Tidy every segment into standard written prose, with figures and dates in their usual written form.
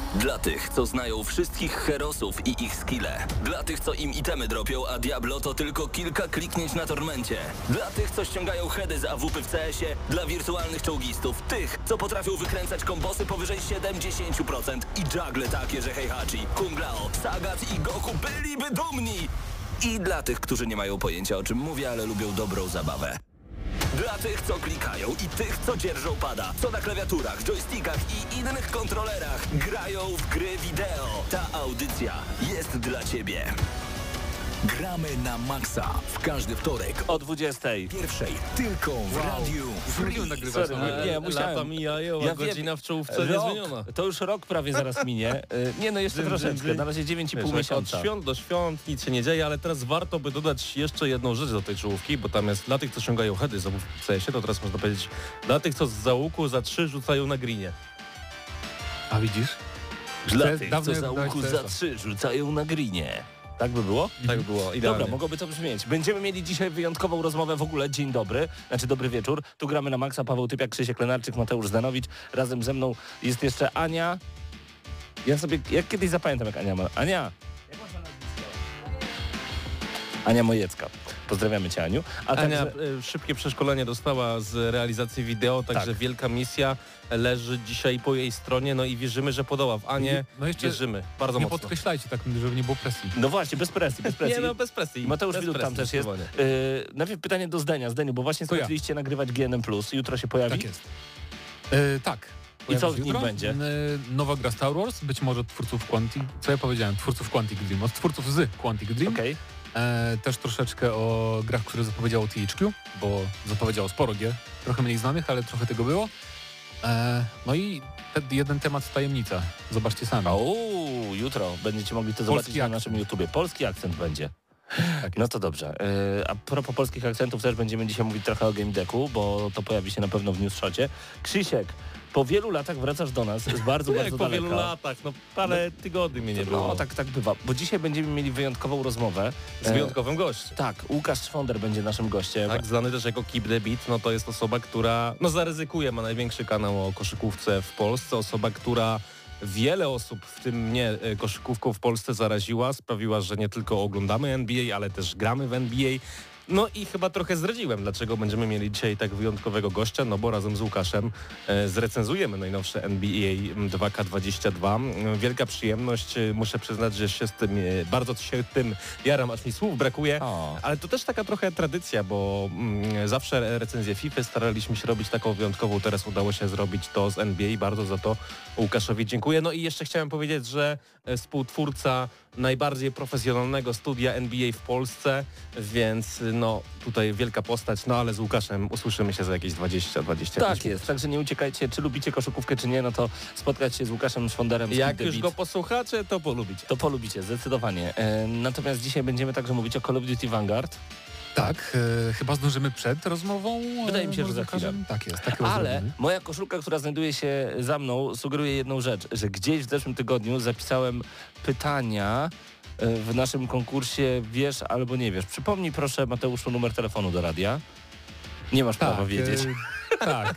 Dla tych, co znają wszystkich herosów i ich skille. Dla tych, co im itemy dropią, a Diablo to tylko kilka kliknięć na tormencie. Dla tych, co ściągają heady z AWP w CS-ie. Dla wirtualnych czołgistów. Tych, co potrafią wykręcać kombosy powyżej 70% i juggle takie, że Heihachi, Kung Lao, Sagat i Goku byliby dumni. I dla tych, którzy nie mają pojęcia, o czym mówię, ale lubią dobrą zabawę. Dla tych, co klikają i tych, co dzierżą pada, co na klawiaturach, joystickach i innych kontrolerach grają w gry wideo. Ta audycja jest dla ciebie. Gramy na maksa w każdy wtorek o 20:00. Pierwszej tylko w Radiu Free. Nagrywasz. Nie, musiałem. Lata mijają, a godzina w czołówce Rok, niezmieniona. to już rok prawie zaraz minie. Nie no, jeszcze troszeczkę. Na razie 9,5 miesiąca. Od świąt do świąt nic się nie dzieje, ale teraz warto by dodać jeszcze jedną rzecz do tej czołówki, bo tam jest dla tych, co ściągają heady z AWP w CS-ie, to teraz można powiedzieć dla tych, co z załuku za 3 rzucają na grinie. A widzisz? Dla tych, co za łuku za 3 rzucają na grinie. Tak by było? Tak było, idealnie. Dobra, mogłoby to brzmieć. Będziemy mieli dzisiaj wyjątkową rozmowę w ogóle. Dzień dobry, dobry wieczór. Tu gramy na maksa. Paweł Typiak, Krzysiek Lenarczyk, Mateusz Zdanowicz. Razem ze mną jest jeszcze Ania. Ja kiedyś zapamiętam, jak Ania ma... Ania! Jak masz na nazwisko? Ania Mojecka. Pozdrawiamy Cię, Aniu. Ania szybkie przeszkolenie dostała z realizacji wideo, także wielka misja leży dzisiaj po jej stronie, no i wierzymy, że podoła. W Anię wierzymy bardzo mocno. Nie podkreślajcie tak, żeby nie było presji. No właśnie, bez presji. Nie, no bez presji. Mateusz Widut tam też jest. Najpierw pytanie do Zdenia, bo właśnie skończyliście nagrywać GNM+. Jutro się pojawi? Tak jest. Tak. I co w nim będzie? Nowa gra Star Wars, być może twórców Quantic... Co ja powiedziałem? Twórców Quantic Dream. Od twórców z Quantic Dream. Okay. Też troszeczkę o grach, które zapowiedziało THQ, bo zapowiedziało sporo gier, trochę mniej znanych, ale trochę tego było. No i jeden temat tajemnica. Zobaczcie sami. Jutro będziecie mogli to zobaczyć na naszym YouTubie. Polski akcent będzie. Tak, no to dobrze. A propos polskich akcentów też będziemy dzisiaj mówić trochę o Game Decku, bo to pojawi się na pewno w Newsshocie. Krzysiek, po wielu latach wracasz do nas z bardzo daleka. Po wielu latach, parę tygodni mnie nie było. No tak bywa, bo dzisiaj będziemy mieli wyjątkową rozmowę. Z wyjątkowym gościem. Tak, Łukasz Szwonder będzie naszym gościem. Tak, znany też jako Keep the Beat, no to jest osoba, która zaryzykuje, ma największy kanał o koszykówce w Polsce, osoba, która wiele osób, w tym mnie, koszykówką w Polsce zaraziła, sprawiła, że nie tylko oglądamy NBA, ale też gramy w NBA. No i chyba trochę zdradziłem, dlaczego będziemy mieli dzisiaj tak wyjątkowego gościa, no bo razem z Łukaszem zrecenzujemy najnowsze NBA 2K22. Wielka przyjemność, muszę przyznać, że się z tym, bardzo się tym jaram, aż mi słów brakuje, ale to też taka trochę tradycja, bo zawsze recenzję FIFA staraliśmy się robić taką wyjątkową, teraz udało się zrobić to z NBA, bardzo za to Łukaszowi dziękuję. No i jeszcze chciałem powiedzieć, że współtwórca najbardziej profesjonalnego studia NBA w Polsce, więc tutaj wielka postać, ale z Łukaszem usłyszymy się za jakieś 20-25 Tak jest, także nie uciekajcie, czy lubicie koszykówkę, czy nie, no to spotkać się z Łukaszem Szwonderem. Jak już go posłuchacie, to polubicie. To polubicie, zdecydowanie. Natomiast dzisiaj będziemy także mówić o Call of Duty Vanguard. Tak, chyba zdążymy przed rozmową. Wydaje mi się, że za chwilę. Tak jest. Ale moja koszulka, która znajduje się za mną, sugeruje jedną rzecz, że gdzieś w zeszłym tygodniu zapisałem pytania w naszym konkursie Wiesz albo nie wiesz. Przypomnij proszę, Mateuszu, numer telefonu do radia. Nie masz prawa wiedzieć. Tak.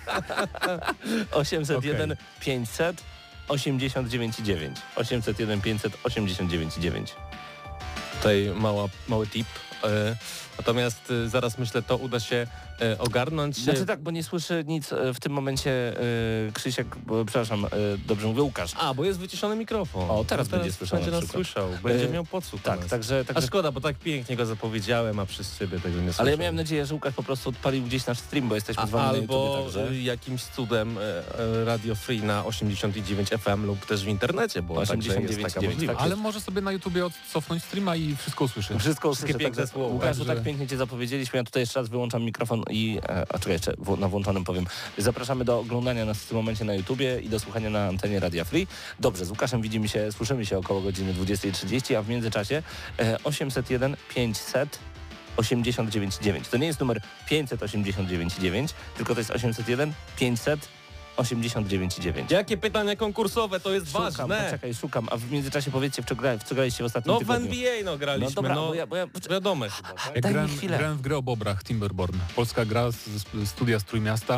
801 500 89,9. 801 500 89,9. Tutaj mały tip. Natomiast zaraz myślę, to uda się ogarnąć. Znaczy tak, bo nie słyszy nic w tym momencie Krzysiek, przepraszam, dobrze mówię, Łukasz. Bo jest wyciszony mikrofon. Teraz będzie słyszał. Będzie nas słyszał, będzie miał podsłuch. Tak, także... A szkoda, bo tak pięknie go zapowiedziałem, a przez ciebie tego nie słyszał. Ale ja miałem nadzieję, że Łukasz po prostu odpalił gdzieś nasz stream, bo jesteśmy z wami na YouTubie, albo także... jakimś cudem Radio Free na 89 FM lub też w internecie, bo 89,9. Tak, ale może sobie na YouTubie odcofnąć streama i wszystko usłyszy. Wszystko usłyszy. Piękne słowo. Łukaszu, tak pięknie cię zapowiedzieliśmy. Ja tutaj jeszcze raz wyłączam mikrofon i... czekaj, jeszcze na włączonym powiem. Zapraszamy do oglądania nas w tym momencie na YouTubie i do słuchania na antenie Radia Free. Dobrze, z Łukaszem słyszymy się około godziny 20:30, a w międzyczasie 801 500 89,9. To nie jest numer 589,9, tylko to jest 801 500 89,9. Jakie pytania konkursowe? To jest ważne. Poczekaj, szukam. A w międzyczasie powiedzcie, w co graliście w ostatnim tygodniu. W NBA graliśmy. No dobra, bo ja wiadomo chyba. Tak? Grałem w grę o Bobrach, Timberborn. Polska gra z studia z Trójmiasta.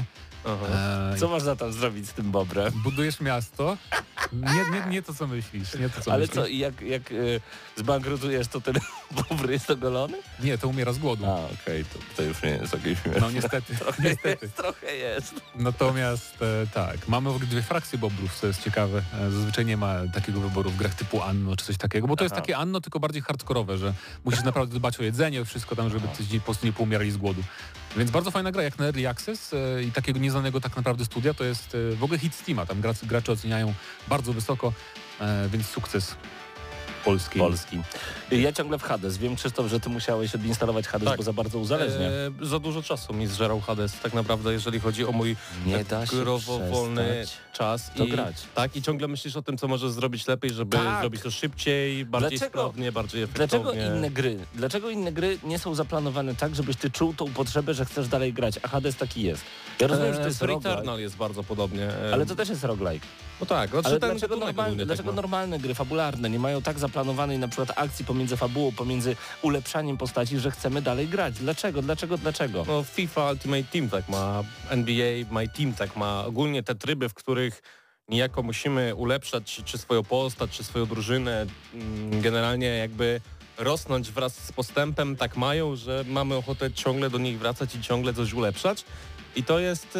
Co można tam zrobić z tym bobrem? Budujesz miasto. Nie to, co myślisz. Nie to, co Ale myślisz. co, i jak zbankrutujesz, to ten bobr jest ogolony? Nie, to umiera z głodu. Okej, to już nie jest okej śmieszne. No niestety. Trochę jest. Natomiast tak, mamy w ogóle 2 frakcje bobrów, co jest ciekawe. Zazwyczaj nie ma takiego wyboru w grach typu Anno czy coś takiego, bo to jest takie Anno, tylko bardziej hardkorowe, że musisz naprawdę dbać o jedzenie, wszystko tam, żeby ci po prostu nie poumierali z głodu. Więc bardzo fajna gra, jak na Early Access i takiego nieznanego tak naprawdę studia, to jest w ogóle hit Steama, tam gracze oceniają bardzo wysoko, więc sukces Polski. Ja ciągle w Hades. Wiem, Krzysztof, że ty musiałeś odinstalować Hades, Tak. bo za bardzo uzależnia. Za dużo czasu mi zżerał Hades, tak naprawdę, jeżeli chodzi o mój Nie da się wolny przestać czas. to grać. Tak, i ciągle myślisz o tym, co możesz zrobić lepiej, żeby Tak. zrobić to szybciej, bardziej sprawnie, bardziej efektownie. Dlaczego inne gry nie są zaplanowane tak, żebyś ty czuł tą potrzebę, że chcesz dalej grać, a Hades taki jest? Ja rozumiem, że to jest roguelike, Returnal jest bardzo podobnie. ale to też jest roguelike. No tak, znaczy Ale ten dlaczego, gatunek ogólnie dlaczego tak ma. normalne gry fabularne nie mają tak zaplanowanej na przykład akcji pomiędzy fabułą, pomiędzy ulepszaniem postaci, że chcemy dalej grać? Dlaczego? No FIFA Ultimate Team tak ma, NBA My Team tak ma. Ogólnie te tryby, w których niejako musimy ulepszać czy swoją postać, czy swoją drużynę, generalnie jakby rosnąć wraz z postępem, tak mają, że mamy ochotę ciągle do nich wracać i ciągle coś ulepszać. I to jest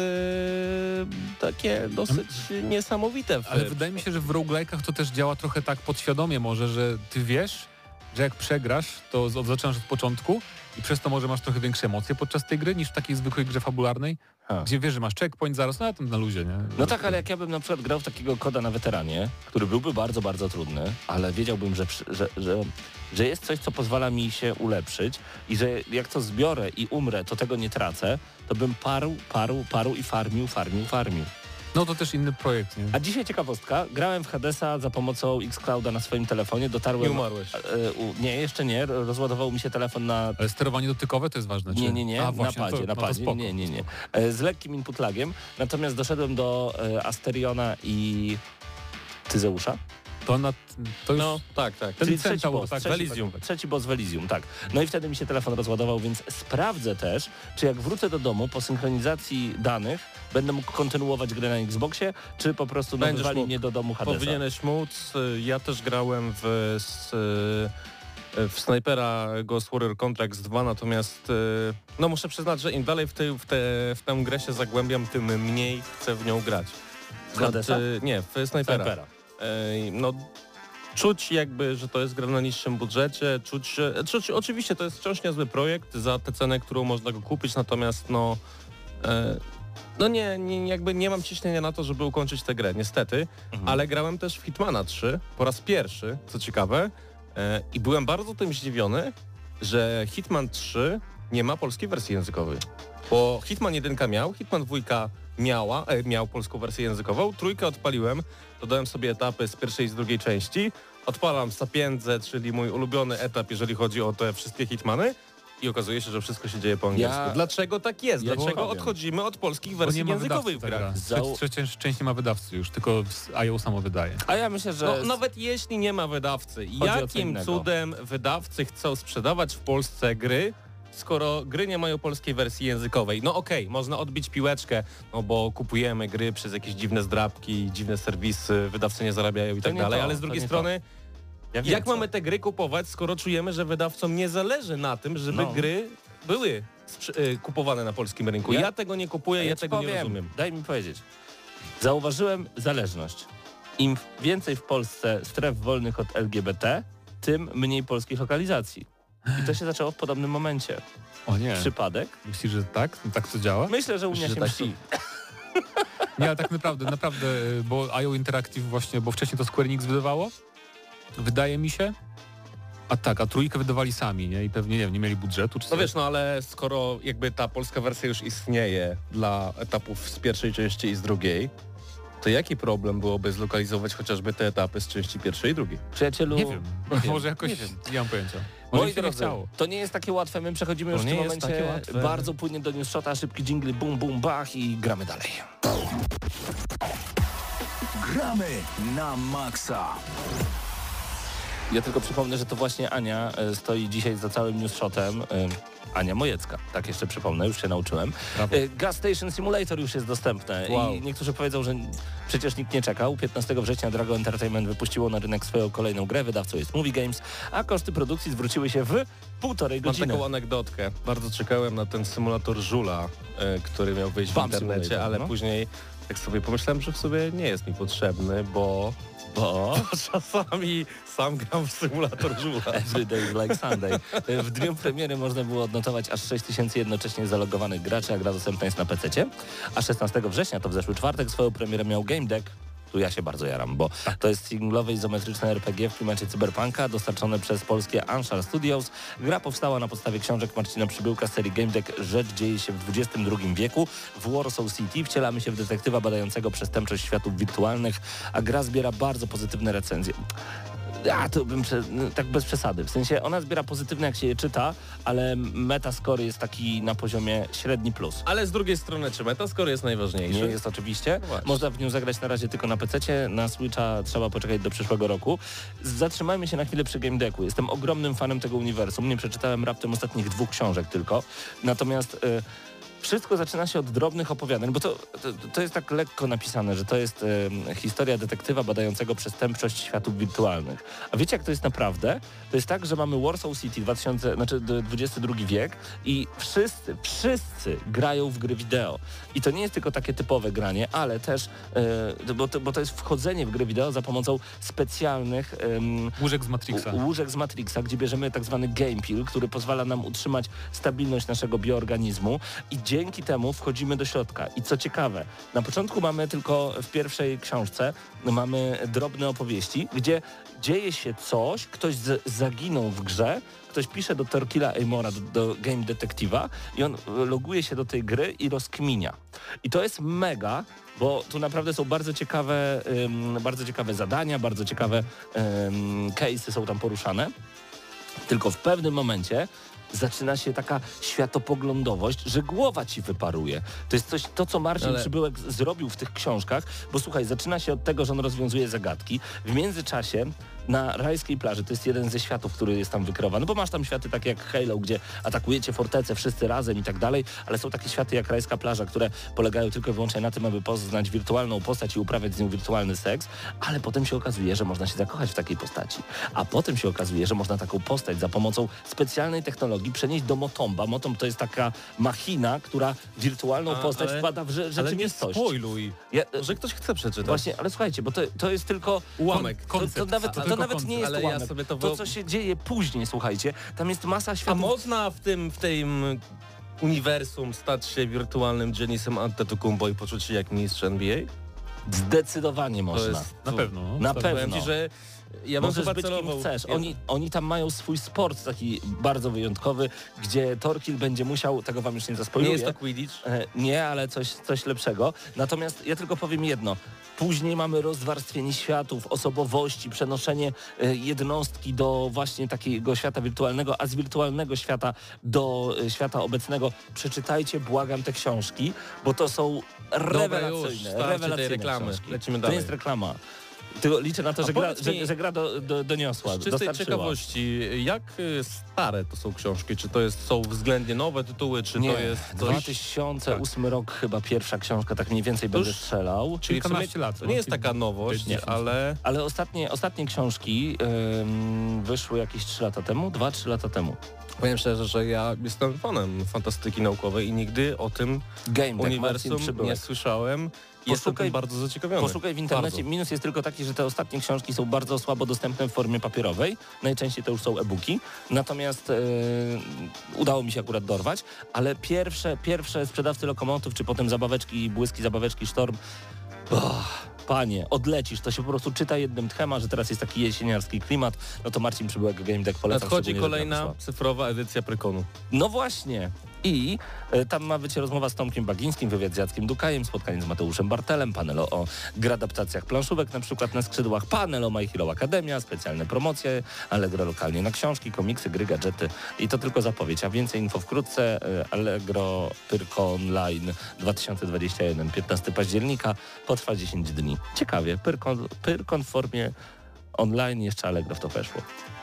takie dosyć niesamowite. Ale wydaje mi się, że w roguelike'ach to też działa trochę tak podświadomie może, że ty wiesz, że jak przegrasz, to zaczynasz od początku i przez to może masz trochę większe emocje podczas tej gry niż w takiej zwykłej grze fabularnej, gdzie wiesz, że masz checkpoint zaraz, no a tam na luzie, nie? No tak, ale jak ja bym na przykład grał w takiego koda na weteranie, który byłby bardzo, bardzo trudny, ale wiedziałbym, że jest coś, co pozwala mi się ulepszyć i że jak to zbiorę i umrę, to tego nie tracę, to bym parł i farmił. No to też inny projekt, nie? A dzisiaj ciekawostka, grałem w Hadesa za pomocą Xclouda na swoim telefonie, dotarłem... Nie umarłeś. Nie, jeszcze nie, rozładował mi się telefon na... Ale sterowanie dotykowe to jest ważne, czy? Nie, A, właśnie, na padzie. spoko. Nie. Z lekkim input lagiem, natomiast doszedłem do Asteriona i Tyzeusza. To już... No, tak. Ten Czyli Centaur, tak, trzeci boss w Elysium, tak. No i wtedy mi się telefon rozładował, więc sprawdzę też, czy jak wrócę do domu po synchronizacji danych, będę mógł kontynuować grę na Xboxie, czy po prostu wywali mnie do domu Hadesa. Powinieneś móc. Ja też grałem w Snipera Ghost Warrior Contracts 2, natomiast no muszę przyznać, że im dalej w tę grę się zagłębiam, tym mniej chcę w nią grać. W Hadesa? Nie, w Snipera. No czuć jakby, że to jest gra na niższym budżecie, czuć oczywiście to jest wciąż niezły projekt za tę cenę, którą można go kupić, natomiast jakby nie mam ciśnienia na to, żeby ukończyć tę grę, niestety, ale grałem też w Hitmana 3 po raz pierwszy, co ciekawe, i byłem bardzo tym zdziwiony, że Hitman 3 nie ma polskiej wersji językowej. Bo Hitman 1 miał, Hitman 2 miał polską wersję językową, 3 odpaliłem, dodałem sobie etapy z pierwszej i z drugiej części, odpalam Sapiendzę, czyli mój ulubiony etap, jeżeli chodzi o te wszystkie Hitmany, i okazuje się, że wszystko się dzieje po angielsku. Dlaczego tak jest? Dlaczego odchodzimy od polskich wersji językowych w grach? Trzecia część nie ma wydawcy już, tylko IO samo wydaje. A ja myślę, że... No, nawet jeśli nie ma wydawcy, jakim cudem wydawcy chcą sprzedawać w Polsce gry, skoro gry nie mają polskiej wersji językowej? No okej, można odbić piłeczkę, no bo kupujemy gry przez jakieś dziwne zdrabki, dziwne serwisy, wydawcy nie zarabiają i tak dalej, ale z drugiej strony... Jak mamy te gry kupować, skoro czujemy, że wydawcom nie zależy na tym, żeby gry były kupowane na polskim rynku? Ja tego nie kupuję, ja tego nie rozumiem. Daj mi powiedzieć. Zauważyłem zależność. Im więcej w Polsce stref wolnych od LGBT, tym mniej polskich lokalizacji. I to się zaczęło w podobnym momencie. O nie. Przypadek? Myślisz, że tak? Tak to działa? Myślę, że Unia się mści. Nie, ale tak naprawdę, bo IO Interactive właśnie, bo wcześniej to Square Enix wydawało, wydaje mi się, a 3 wydawali sami, nie? I pewnie, nie mieli budżetu, czy No coś. wiesz, no ale skoro jakby ta polska wersja już istnieje dla etapów z pierwszej części i z drugiej, to jaki problem byłoby zlokalizować chociażby te etapy z części pierwszej i drugiej? Przyjacielu... Nie wiem. Może jakoś, nie mam pojęcia. Może Moi drodzy, to nie jest takie łatwe. My przechodzimy już w tym momencie bardzo płynnie do news shota, szybki dżingli, bum, bum, bach i gramy dalej. Gramy na maksa. Ja tylko przypomnę, że to właśnie Ania stoi dzisiaj za całym newsshotem. Ania Mojecka, tak jeszcze przypomnę, już się nauczyłem. Gas Station Simulator już jest dostępne i niektórzy powiedzą, że przecież nikt nie czekał. 15 września Drago Entertainment wypuściło na rynek swoją kolejną grę, wydawcą jest Movie Games, a koszty produkcji zwróciły się w 1,5 godziny. Mam taką anegdotkę. Bardzo czekałem na ten symulator żula, który miał wyjść w internecie, Simulator, ale później tak sobie pomyślałem, że w sobie nie jest mi potrzebny, bo czasami sam gram w symulator żula. Every day is like Sunday. W dniu premiery można było odnotować aż 6000 jednocześnie zalogowanych graczy, a gra dostępna jest na PC-cie. A 16 września, to w zeszły czwartek, swoją premierę miał Game Deck. Tu ja się bardzo jaram, bo to jest singlowe izometryczne RPG w klimacie cyberpunka dostarczone przez polskie Anshar Studios. Gra powstała na podstawie książek Marcina Przybyłka z serii Game Deck. Rzecz dzieje się w XXI wieku. W Warsaw City wcielamy się w detektywa badającego przestępczość światów wirtualnych, a gra zbiera bardzo pozytywne recenzje. To bym tak bez przesady. W sensie ona zbiera pozytywne, jak się je czyta, ale metascore jest taki na poziomie średni plus. Ale z drugiej strony, czy metascore jest najważniejszy? Nie jest oczywiście. No można w nią zagrać na razie tylko na PC-cie. Na Switcha trzeba poczekać do przyszłego roku. Zatrzymajmy się na chwilę przy Game Decku. Jestem ogromnym fanem tego uniwersum. Nie przeczytałem raptem ostatnich 2 książek tylko. Natomiast wszystko zaczyna się od drobnych opowiadań, bo to jest tak lekko napisane, że to jest historia detektywa badającego przestępczość światów wirtualnych. A wiecie, jak to jest naprawdę? To jest tak, że mamy Warsaw City, XXI wiek i wszyscy grają w gry wideo. I to nie jest tylko takie typowe granie, ale też, bo to jest wchodzenie w gry wideo za pomocą specjalnych łóżek z Matrixa, gdzie bierzemy tak zwany game pill, który pozwala nam utrzymać stabilność naszego bioorganizmu i dzięki temu wchodzimy do środka. I co ciekawe, na początku mamy tylko w pierwszej książce mamy drobne opowieści, gdzie dzieje się coś, ktoś zaginął w grze, ktoś pisze do Torkilla Amora, do Game Detective'a i on loguje się do tej gry i rozkminia. I to jest mega, bo tu naprawdę są bardzo ciekawe zadania, bardzo ciekawe case'y są tam poruszane. Tylko w pewnym momencie zaczyna się taka światopoglądowość, że głowa ci wyparuje. To jest coś, co Marcin Przybyłek zrobił w tych książkach, bo słuchaj, zaczyna się od tego, że on rozwiązuje zagadki. W międzyczasie na rajskiej plaży, to jest jeden ze światów, który jest tam wykreowany, bo masz tam światy takie jak Halo, gdzie atakujecie fortecę wszyscy razem i tak dalej, ale są takie światy jak rajska plaża, które polegają tylko i wyłącznie na tym, aby poznać wirtualną postać i uprawiać z nią wirtualny seks, ale potem się okazuje, że można się zakochać w takiej postaci. A potem się okazuje, że można taką postać za pomocą specjalnej technologii przenieść do Motomba. Motomb to jest taka machina, która wirtualną postać wkłada w rzeczywistość. Ale nie spoiluj, że ktoś chce przeczytać. Właśnie, ale słuchajcie, bo to jest tylko ułamek. To nawet nie jest ułamek. Ja to, co się dzieje później, słuchajcie, tam jest masa światów. A można w tym uniwersum stać się wirtualnym Giannisem Antetokounmpo i poczuć się jak mistrz NBA? Zdecydowanie można. Na pewno. Na pewno. Powiem ci, że ja bym możesz być kim chcesz. Oni tam mają swój sport taki bardzo wyjątkowy, gdzie Torkill będzie musiał, tego wam już nie zaspoiluję. Nie jest to Quidditch? Nie, ale coś lepszego. Natomiast ja tylko powiem jedno. Później mamy rozwarstwienie światów, osobowości, przenoszenie jednostki do właśnie takiego świata wirtualnego, a z wirtualnego świata do świata obecnego. Przeczytajcie, błagam, te książki, bo to są rewelacyjne reklamy. książki. Lecimy to dalej. nie jest reklama. Tylko liczę na to, że gra doniosła, z czystej dostarczyła. ciekawości, jak stare to są książki? Czy to są względnie nowe tytuły, czy nie, to jest coś... 2008 rok chyba pierwsza książka, tak mniej więcej będę strzelał. Czyli w sumie lat. To nie jest taka nowość, ale... Ale ostatnie książki wyszły jakieś 3 lata temu, 2-3 lata temu. Powiem szczerze, że ja jestem fanem fantastyki naukowej i nigdy o tym uniwersum nie słyszałem. Jestem bardzo zaciekawiony. Poszukaj w internecie. Bardzo. Minus jest tylko taki, że te ostatnie książki są bardzo słabo dostępne w formie papierowej. Najczęściej to już są e-booki. Natomiast udało mi się akurat dorwać. Ale pierwsze sprzedawcy lokomotów, czy potem zabaweczki, błyski, zabaweczki, Sztorm. Panie, odlecisz, to się po prostu czyta jednym tchem, a że teraz jest taki jesieniarski klimat, no to Marcin Przybyłek Game Deck polecam. Nadchodzi kolejna cyfrowa edycja Prykonu. No właśnie. I tam ma być rozmowa z Tomkiem Bagińskim, wywiad z Jackiem Dukajem, spotkanie z Mateuszem Bartelem, panel o adaptacjach planszówek, na przykład na skrzydłach, panel o My Hero Academia, specjalne promocje, Allegro lokalnie na książki, komiksy, gry, gadżety i to tylko zapowiedź, a więcej info wkrótce. Allegro Pyrko Online 2021, 15 października, potrwa 10 dni. Ciekawie, Pyrkon w formie online, jeszcze Allegro w to weszło.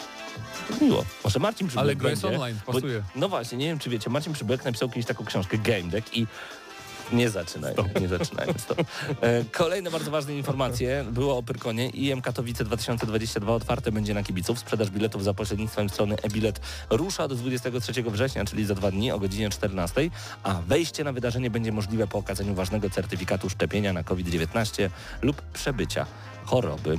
To miło. Może Marcin Przybyłek Allegro jest będzie, online, pasuje. no właśnie, nie wiem czy wiecie, Marcin Przybyłek napisał kiedyś taką książkę Game Deck i nie zaczynajmy. Stop. Kolejne bardzo ważne informacje było o Pyrkonie. IM Katowice 2022 otwarte będzie na kibiców. Sprzedaż biletów za pośrednictwem strony e-bilet rusza do 23 września, czyli za 2 dni o godzinie 14, a wejście na wydarzenie będzie możliwe po okazaniu ważnego certyfikatu szczepienia na COVID-19 lub przebycia choroby.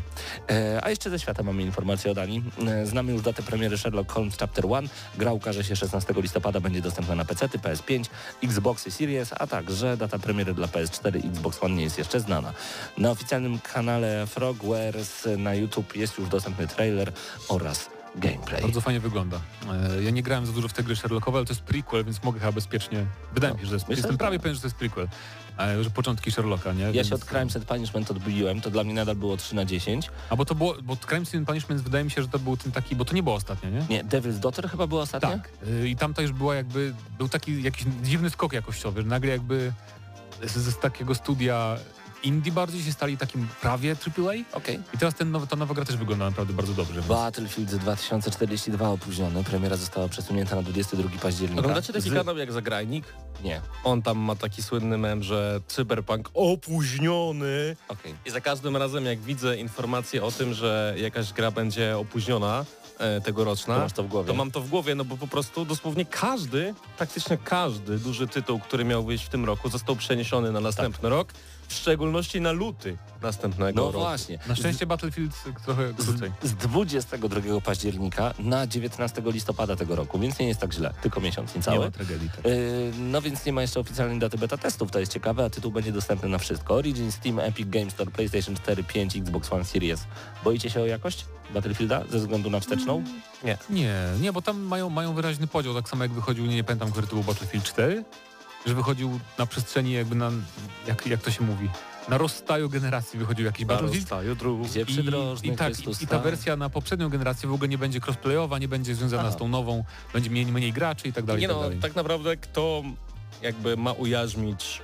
A jeszcze ze świata mamy informację o Danii. Znamy już datę premiery Sherlock Holmes Chapter 1. Gra ukaże się 16 listopada, będzie dostępna na PC, PS5, Xboxy Series, a także data premiery dla PS4 i Xbox One nie jest jeszcze znana. Na oficjalnym kanale Frogwares na YouTube jest już dostępny trailer oraz gameplay. Bardzo fajnie wygląda. Ja nie grałem za dużo w te gry Sherlockowe, ale to jest prequel, więc mogę chyba bezpiecznie... Wydaje mi się, że jestem prawie pewien, że to jest prequel. Że początki Sherlocka, nie? Ja się od Crimes and Punishment odbiłem, to dla mnie nadal było 3/10. A bo to było... Bo Crimes and Punishment wydaje mi się, że to był ten taki... Bo to nie było ostatnio, nie? Nie, Devil's Daughter chyba była ostatnia? Tak. I tam to już była jakby... Był taki jakiś dziwny skok jakościowy, że nagle jakby z takiego studia indie bardziej się stali takim prawie AAA. Okej. I teraz ta nowa gra też wygląda naprawdę bardzo dobrze. Więc... Battlefield 2042 opóźniony. Premiera została przesunięta na 22 października. Oglądacie taki kanał jak Zagrajnik? Nie. On tam ma taki słynny mem, że Cyberpunk opóźniony. Okej. I za każdym razem jak widzę informację o tym, że jakaś gra będzie opóźniona tegoroczna, To masz to w głowie. to mam to w głowie, no bo po prostu dosłownie praktycznie każdy duży tytuł, który miał wyjść w tym roku, został przeniesiony na następny rok, w szczególności na luty następnego No roku. właśnie. Na szczęście Battlefield trochę krócej. Z 22 października na 19 listopada tego roku, więc nie jest tak źle. Tylko miesiąc, Nie niecały. ma tragedii. Tak. No więc nie ma jeszcze oficjalnej daty beta testów, to jest ciekawe, a tytuł będzie dostępny na wszystko. Origin, Steam, Epic Games Store, PlayStation 4, 5, Xbox One Series. Boicie się o jakość Battlefielda ze względu na wsteczną? Nie, bo tam mają wyraźny podział, tak samo jak wychodził, nie pamiętam, który to był Battlefield 4, że wychodził na przestrzeni jakby na, jak to się mówi, na rozstaju generacji wychodził jakiś Battlefield. Gdzie przydrożny I ta wersja na poprzednią generację w ogóle nie będzie crossplayowa, nie będzie związana Aha. z tą nową, będzie mniej graczy i tak dalej. Nie i tak no, dalej. tak naprawdę kto jakby ma ujarzmić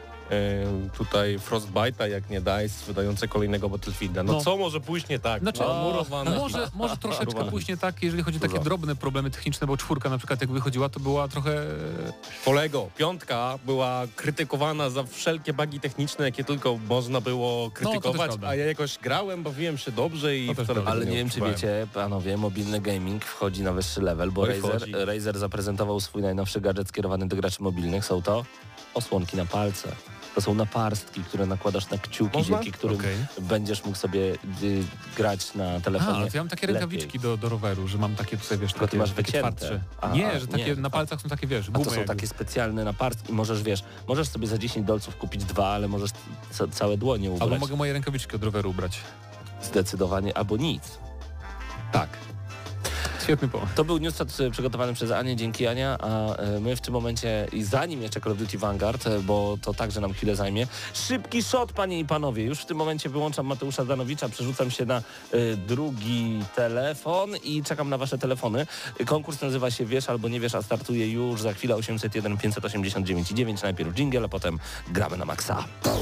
tutaj Frostbite'a, jak nie DICE, wydające kolejnego Battlefielda. No, No. co może pójść nie tak? Znaczy, murowane. Może troszeczkę Murowane. później tak, jeżeli chodzi o takie Dużo. drobne problemy techniczne, bo 4 na przykład jak wychodziła, to była trochę... Polego, 5 była krytykowana za wszelkie bugi techniczne, jakie tylko można było krytykować, prawda. a ja jakoś grałem, bawiłem się dobrze i To też wcale prawda. Ale tego nie wiem, czy odczuwałem. wiecie, panowie, mobilny gaming wchodzi na wyższy level, bo Oj, wchodzi. Razer zaprezentował swój najnowszy gadżet skierowany do graczy mobilnych. Są to osłonki na palce. To są naparstki, które nakładasz na kciuki, Można? dzięki którym Okej. będziesz mógł sobie grać na A, telefonie. ale to ja mam takie rękawiczki do roweru, że mam takie tutaj, wiesz, Tylko ty takie, masz takie wycięte. twardsze. A, Nie, że takie nie. na palcach są takie, wiesz, A gumy to są jakby. takie specjalne naparstki. Możesz sobie za 10 dolców kupić 2, ale możesz całe dłonie ubrać. Albo mogę moje rękawiczki od roweru ubrać. Zdecydowanie, albo nic. Tak. Świetny pomysł. To był newschat przygotowany przez Anię, dzięki Ania, a my w tym momencie, i zanim jeszcze Call of Duty Vanguard, bo to także nam chwilę zajmie, szybki shot, panie i panowie. Już w tym momencie wyłączam Mateusza Danowicza, przerzucam się na drugi telefon i czekam na wasze telefony. Konkurs nazywa się Wiesz albo nie wiesz, a startuje już za chwilę 801 589 9. Najpierw dżingiel, a potem gramy na maksa.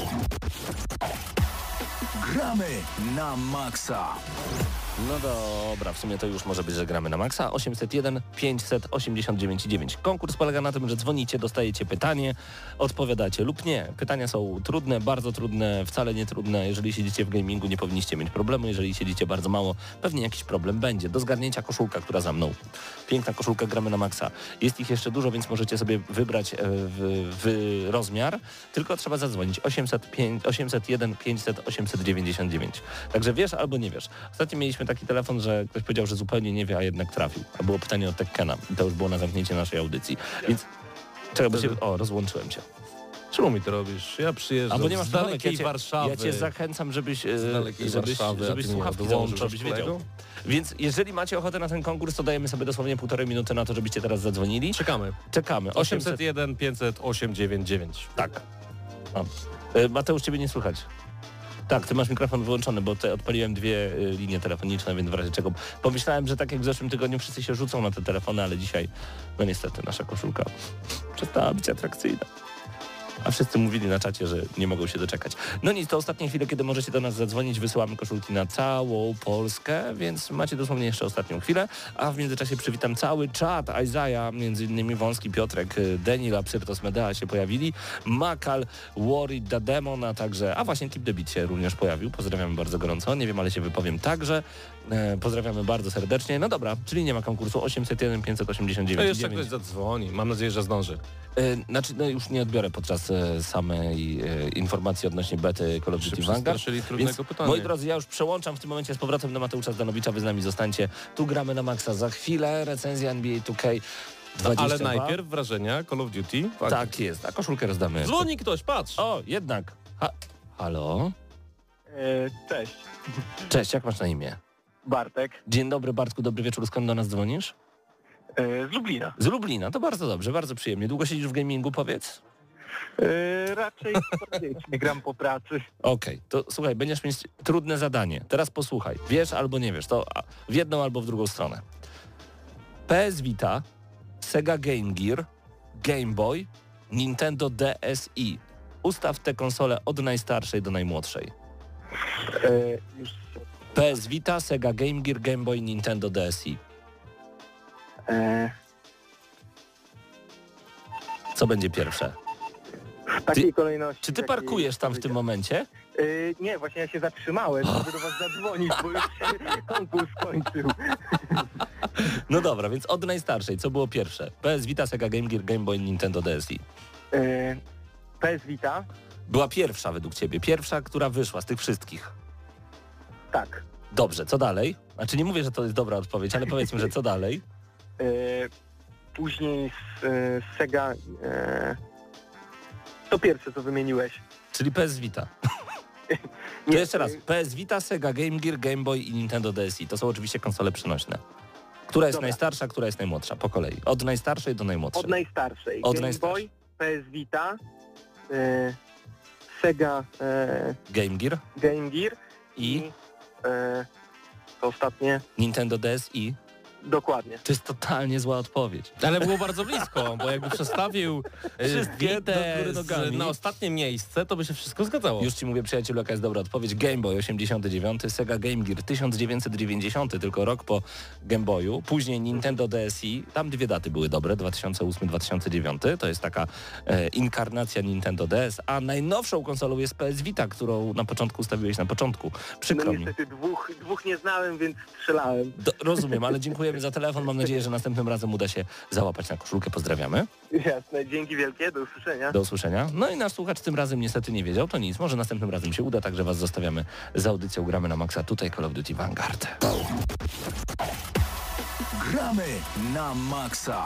Gramy na maksa. No dobra, w sumie to już może być, że gramy na maksa. 801 589 9. Konkurs polega na tym, że dzwonicie, dostajecie pytanie, odpowiadacie lub nie. Pytania są trudne, bardzo trudne, wcale nie trudne. Jeżeli siedzicie w gamingu, nie powinniście mieć problemu. Jeżeli siedzicie bardzo mało, pewnie jakiś problem będzie. Do zgarnięcia koszulka, która za mną. Piękna koszulka, gramy na maksa. Jest ich jeszcze dużo, więc możecie sobie wybrać w rozmiar. Tylko trzeba zadzwonić 801 500 899. Także wiesz albo nie wiesz. Ostatnio mieliśmy taki telefon, że ktoś powiedział, że zupełnie nie wie, a jednak trafił. A było pytanie od Tekkena i to już było na zamknięcie naszej audycji. Więc czekaj, bo się... O, rozłączyłem się. Czemu mi to robisz? Ja przyjeżdżam Albo nie masz z słuchawek, dalekiej Warszawy. Ja cię zachęcam, żebyś Warszawy, żebyś a ty mnie słuchawki odłączasz, założył, żebyś kolego? wiedział. Więc jeżeli macie ochotę na ten konkurs, to dajemy sobie dosłownie 1,5 minuty na to, żebyście teraz zadzwonili. Czekamy. Czekamy. 801 500 899. Tak. O. Mateusz, ciebie nie słychać. Tak, ty masz mikrofon wyłączony, bo odpaliłem 2 linie telefoniczne, więc w razie czego pomyślałem, że tak jak w zeszłym tygodniu wszyscy się rzucą na te telefony, ale dzisiaj, no niestety, nasza koszulka przestała być atrakcyjna. A wszyscy mówili na czacie, że nie mogą się doczekać. No nic, to ostatnie chwile, kiedy możecie do nas zadzwonić. Wysyłamy koszulki na całą Polskę, więc macie dosłownie jeszcze ostatnią chwilę. A w międzyczasie przywitam cały czat. Isaiah, między innymi Wąski, Piotrek, Denil, Psyrtos, Medea się pojawili. Makal, Worried, The Demon, a także... A właśnie Tip the Beat się również pojawił. Pozdrawiamy bardzo gorąco. Nie wiem, ale się wypowiem także. Pozdrawiamy bardzo serdecznie. No dobra, czyli nie ma konkursu 801 589. To jeszcze ktoś zadzwoni. Mam nadzieję, że zdąży. Znaczy, no już nie odbiorę podczas samej informacji odnośnie bety Call of Duty Vanguard. Trudnego pytania. Moi drodzy, ja już przełączam w tym momencie z powrotem do Mateusza Zdanowicza. Wy z nami zostańcie. Tu gramy na maksa. Za chwilę recenzja NBA 2K 22. Ale najpierw wrażenia Call of Duty Vanguard. Tak jest, a koszulkę rozdamy. Dzwoni ktoś, patrz! O, jednak. Halo? Cześć, Cześć, jak masz na imię? Bartek Dzień dobry, Bartku, dobry wieczór. Skąd do nas dzwonisz? z Lublina. Z Lublina, to bardzo dobrze, bardzo przyjemnie. Długo siedzisz w gamingu, powiedz? Raczej nie gram po pracy. Okej, to słuchaj, będziesz mieć trudne zadanie. Teraz posłuchaj, wiesz albo nie wiesz, to w jedną albo w drugą stronę. PS Vita, Sega Game Gear, Game Boy, Nintendo DSi. Ustaw te konsole od najstarszej do najmłodszej. Już PS Vita, Sega Game Gear, Game Boy, Nintendo DSi. Co będzie pierwsze? w takiej kolejności. Czy ty jakiej parkujesz tam w tym momencie? Nie, właśnie ja się zatrzymałem, żeby do was zadzwonić, bo już się konkurs skończył. No dobra, więc od najstarszej, co było pierwsze? PS Vita, Sega Game Gear, Game Boy, Nintendo DSi. PS Vita? Była pierwsza według ciebie, pierwsza, która wyszła z tych wszystkich. Tak. Dobrze, co dalej? Znaczy nie mówię, że to jest dobra odpowiedź, ale powiedzmy, że co dalej? Później z Sega... to pierwsze, co wymieniłeś. Czyli PS Vita. To Nie, jeszcze raz. PS Vita, Sega Game Gear, Game Boy i Nintendo DSi. To są oczywiście konsole przenośne. Która jest Dobra. najstarsza, która jest najmłodsza? Po kolei. Od najstarszej do najmłodszej. Od najstarszej. Od Game najstarszej. Boy, PS Vita, Sega Game Gear Game Gear i to ostatnie. Nintendo DSi. Dokładnie. To jest totalnie zła odpowiedź. Ale było bardzo blisko, bo jakby przestawił Wszystkie do Vitę góry nogami. na ostatnie miejsce, to by się wszystko zgadzało. Już ci mówię, przyjacielu, jaka jest dobra odpowiedź. Game Boy 89, Sega Game Gear 1990, tylko rok po Game Boyu. Później Nintendo DSi, tam dwie daty były dobre, 2008-2009. To jest taka inkarnacja Nintendo DS, a najnowszą konsolą jest PS Vita, którą na początku ustawiłeś na początku. Przykro No mi. niestety dwóch nie znałem, więc strzelałem. Rozumiem, ale dziękujemy za telefon. Mam nadzieję, że następnym razem uda się załapać na koszulkę. Pozdrawiamy. Jasne, dzięki wielkie, do usłyszenia. Do usłyszenia. No i nasz słuchacz tym razem niestety nie wiedział, to nic. Może następnym razem się uda, także was zostawiamy z audycją Gramy na Maxa. Tutaj Call of Duty Vanguard. Gramy na maksa.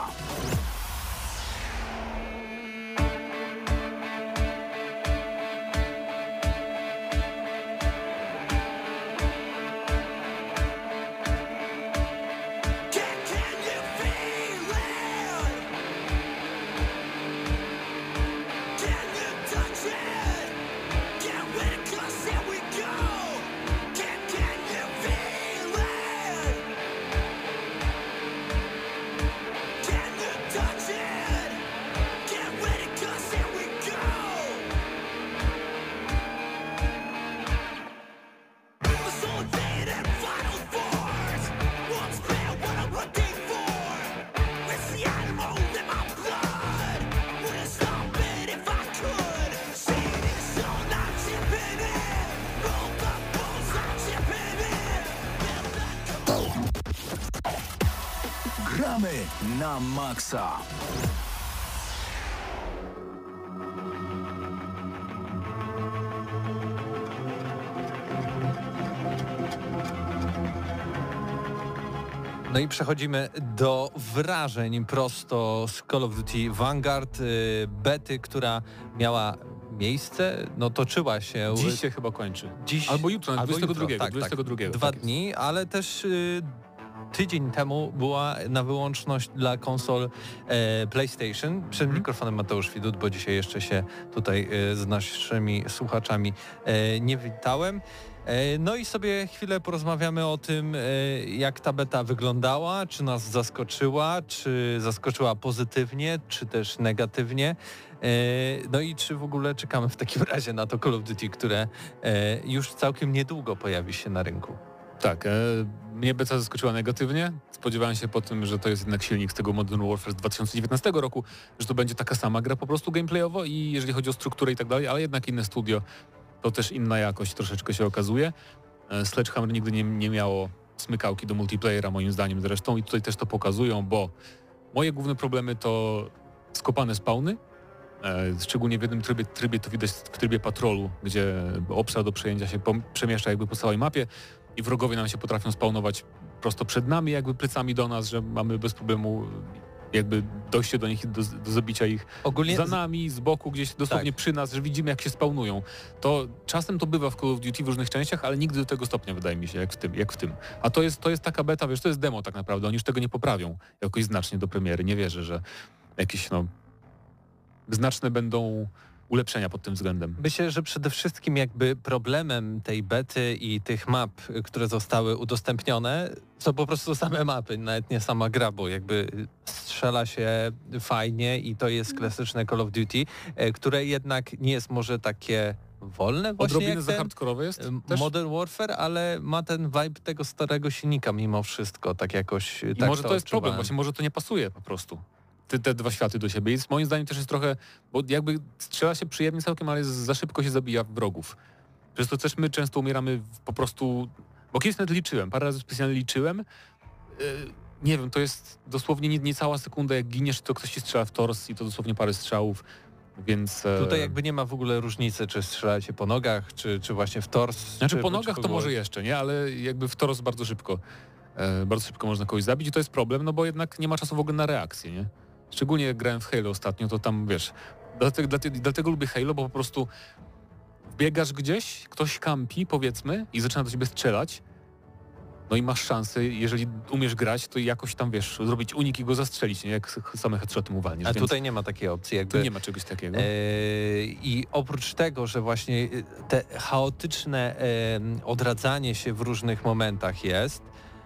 Gramy na maksa. No i przechodzimy do wrażeń prosto z Call of Duty Vanguard, bety, która miała miejsce, no toczyła się... Dziś się chyba kończy. Dziś, Albo jutro, albo 22. Jutro, tak, 22. 2 tak. dni, ale też tydzień temu była na wyłączność dla konsol PlayStation. Przed mikrofonem Mateusz Widut, bo dzisiaj jeszcze się tutaj z naszymi słuchaczami nie witałem. No i sobie chwilę porozmawiamy o tym, jak ta beta wyglądała, czy nas zaskoczyła, czy zaskoczyła pozytywnie, czy też negatywnie. No i czy w ogóle czekamy w takim razie na to Call of Duty, które już całkiem niedługo pojawi się na rynku. Tak, mnie beta zaskoczyła negatywnie. Spodziewałem się po tym, że to jest jednak silnik z tego Modern Warfare z 2019 roku, że to będzie taka sama gra po prostu gameplayowo i jeżeli chodzi o strukturę i tak dalej, ale jednak inne studio, to też inna jakość troszeczkę się okazuje. Sledgehammer nigdy nie miało smykałki do multiplayera moim zdaniem zresztą i tutaj też to pokazują, bo moje główne problemy to skopane spawny, szczególnie w jednym trybie to widać w trybie patrolu, gdzie obszar do przejęcia się przemieszcza jakby po całej mapie i wrogowie nam się potrafią spawnować prosto przed nami, jakby plecami do nas, że mamy bez problemu jakby dojście do nich, do zabicia ich ogólnie za nami, z boku, gdzieś dosłownie przy nas, że widzimy jak się spawnują. To czasem to bywa w Call of Duty w różnych częściach, ale nigdy do tego stopnia wydaje mi się, jak w tym. A to jest taka beta, wiesz, to jest demo tak naprawdę, oni już tego nie poprawią jakoś znacznie do premiery. Nie wierzę, że jakieś znaczne będą ulepszenia pod tym względem. Myślę, że przede wszystkim jakby problemem tej bety i tych map, które zostały udostępnione, są po prostu same mapy, nawet nie sama gra, bo jakby strzela się fajnie i to jest klasyczne Call of Duty, które jednak nie jest może takie wolne właśnie. Odrobinę za hardkorowe jest też? Modern Warfare, ale ma ten vibe tego starego silnika mimo wszystko, tak jakoś. I tak może to jest odczuwałem. problem, właśnie może to nie pasuje po prostu. Te dwa światy do siebie. I moim zdaniem też jest trochę, bo jakby strzela się przyjemnie całkiem, ale za szybko się zabija wrogów. Przez to też my często umieramy po prostu, bo kiedyś nawet liczyłem, parę razy specjalnie liczyłem. Nie wiem, to jest dosłownie nie cała sekunda, jak giniesz, to ktoś ci strzela w tors i to dosłownie parę strzałów, więc... Tutaj jakby nie ma w ogóle różnicy, czy strzelacie po nogach, czy właśnie w tors. Znaczy czy po nogach to może jeszcze, nie? Ale jakby w tors bardzo szybko można kogoś zabić i to jest problem, no bo jednak nie ma czasu w ogóle na reakcję, nie? Szczególnie jak grałem w Halo ostatnio, to tam wiesz, dlatego lubię Halo, bo po prostu biegasz gdzieś, ktoś kampi powiedzmy i zaczyna do ciebie strzelać, no i masz szansę, jeżeli umiesz grać, to jakoś tam wiesz, zrobić unik i go zastrzelić, nie? Jak same headshoty mu walniesz. A tutaj nie ma takiej opcji. Jakby, tu nie ma czegoś takiego. I oprócz tego, że właśnie te chaotyczne odradzanie się w różnych momentach jest,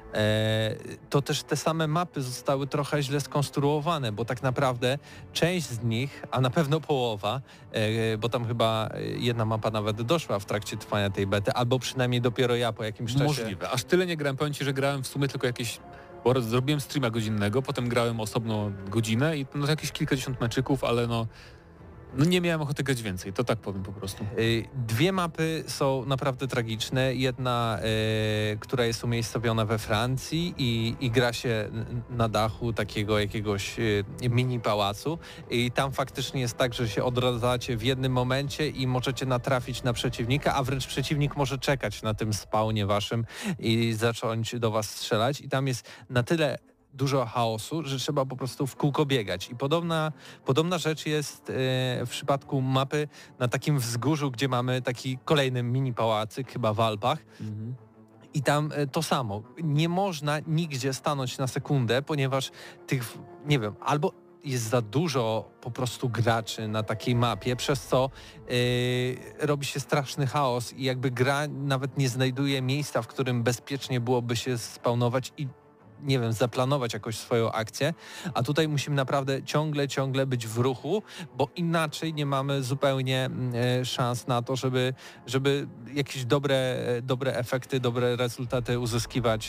to też te same mapy zostały trochę źle skonstruowane, bo tak naprawdę część z nich, a na pewno połowa, bo tam chyba jedna mapa nawet doszła w trakcie trwania tej bety, albo przynajmniej dopiero ja po jakimś czasie. Możliwe. Aż tyle nie grałem. Powiem ci, że grałem w sumie tylko jakieś... Bo zrobiłem streama godzinnego, potem grałem osobno godzinę i no jakieś kilkadziesiąt meczyków, ale no nie miałem ochoty grać więcej, to tak powiem po prostu. Dwie mapy są naprawdę tragiczne. Jedna, która jest umiejscowiona we Francji i gra się na dachu takiego jakiegoś mini pałacu i tam faktycznie jest tak, że się odradzacie w jednym momencie i możecie natrafić na przeciwnika, a wręcz przeciwnik może czekać na tym spawnie waszym i zacząć do was strzelać i tam jest na tyle dużo chaosu, że trzeba po prostu w kółko biegać. I podobna rzecz jest w przypadku mapy na takim wzgórzu, gdzie mamy taki kolejny mini pałacyk, chyba w Alpach. I tam to samo. Nie można nigdzie stanąć na sekundę, ponieważ tych, nie wiem, albo jest za dużo po prostu graczy na takiej mapie, przez co robi się straszny chaos i jakby gra nawet nie znajduje miejsca, w którym bezpiecznie byłoby się spawnować i nie wiem, zaplanować jakoś swoją akcję, a tutaj musimy naprawdę ciągle być w ruchu, bo inaczej nie mamy zupełnie szans na to, żeby jakieś dobre efekty, dobre rezultaty uzyskiwać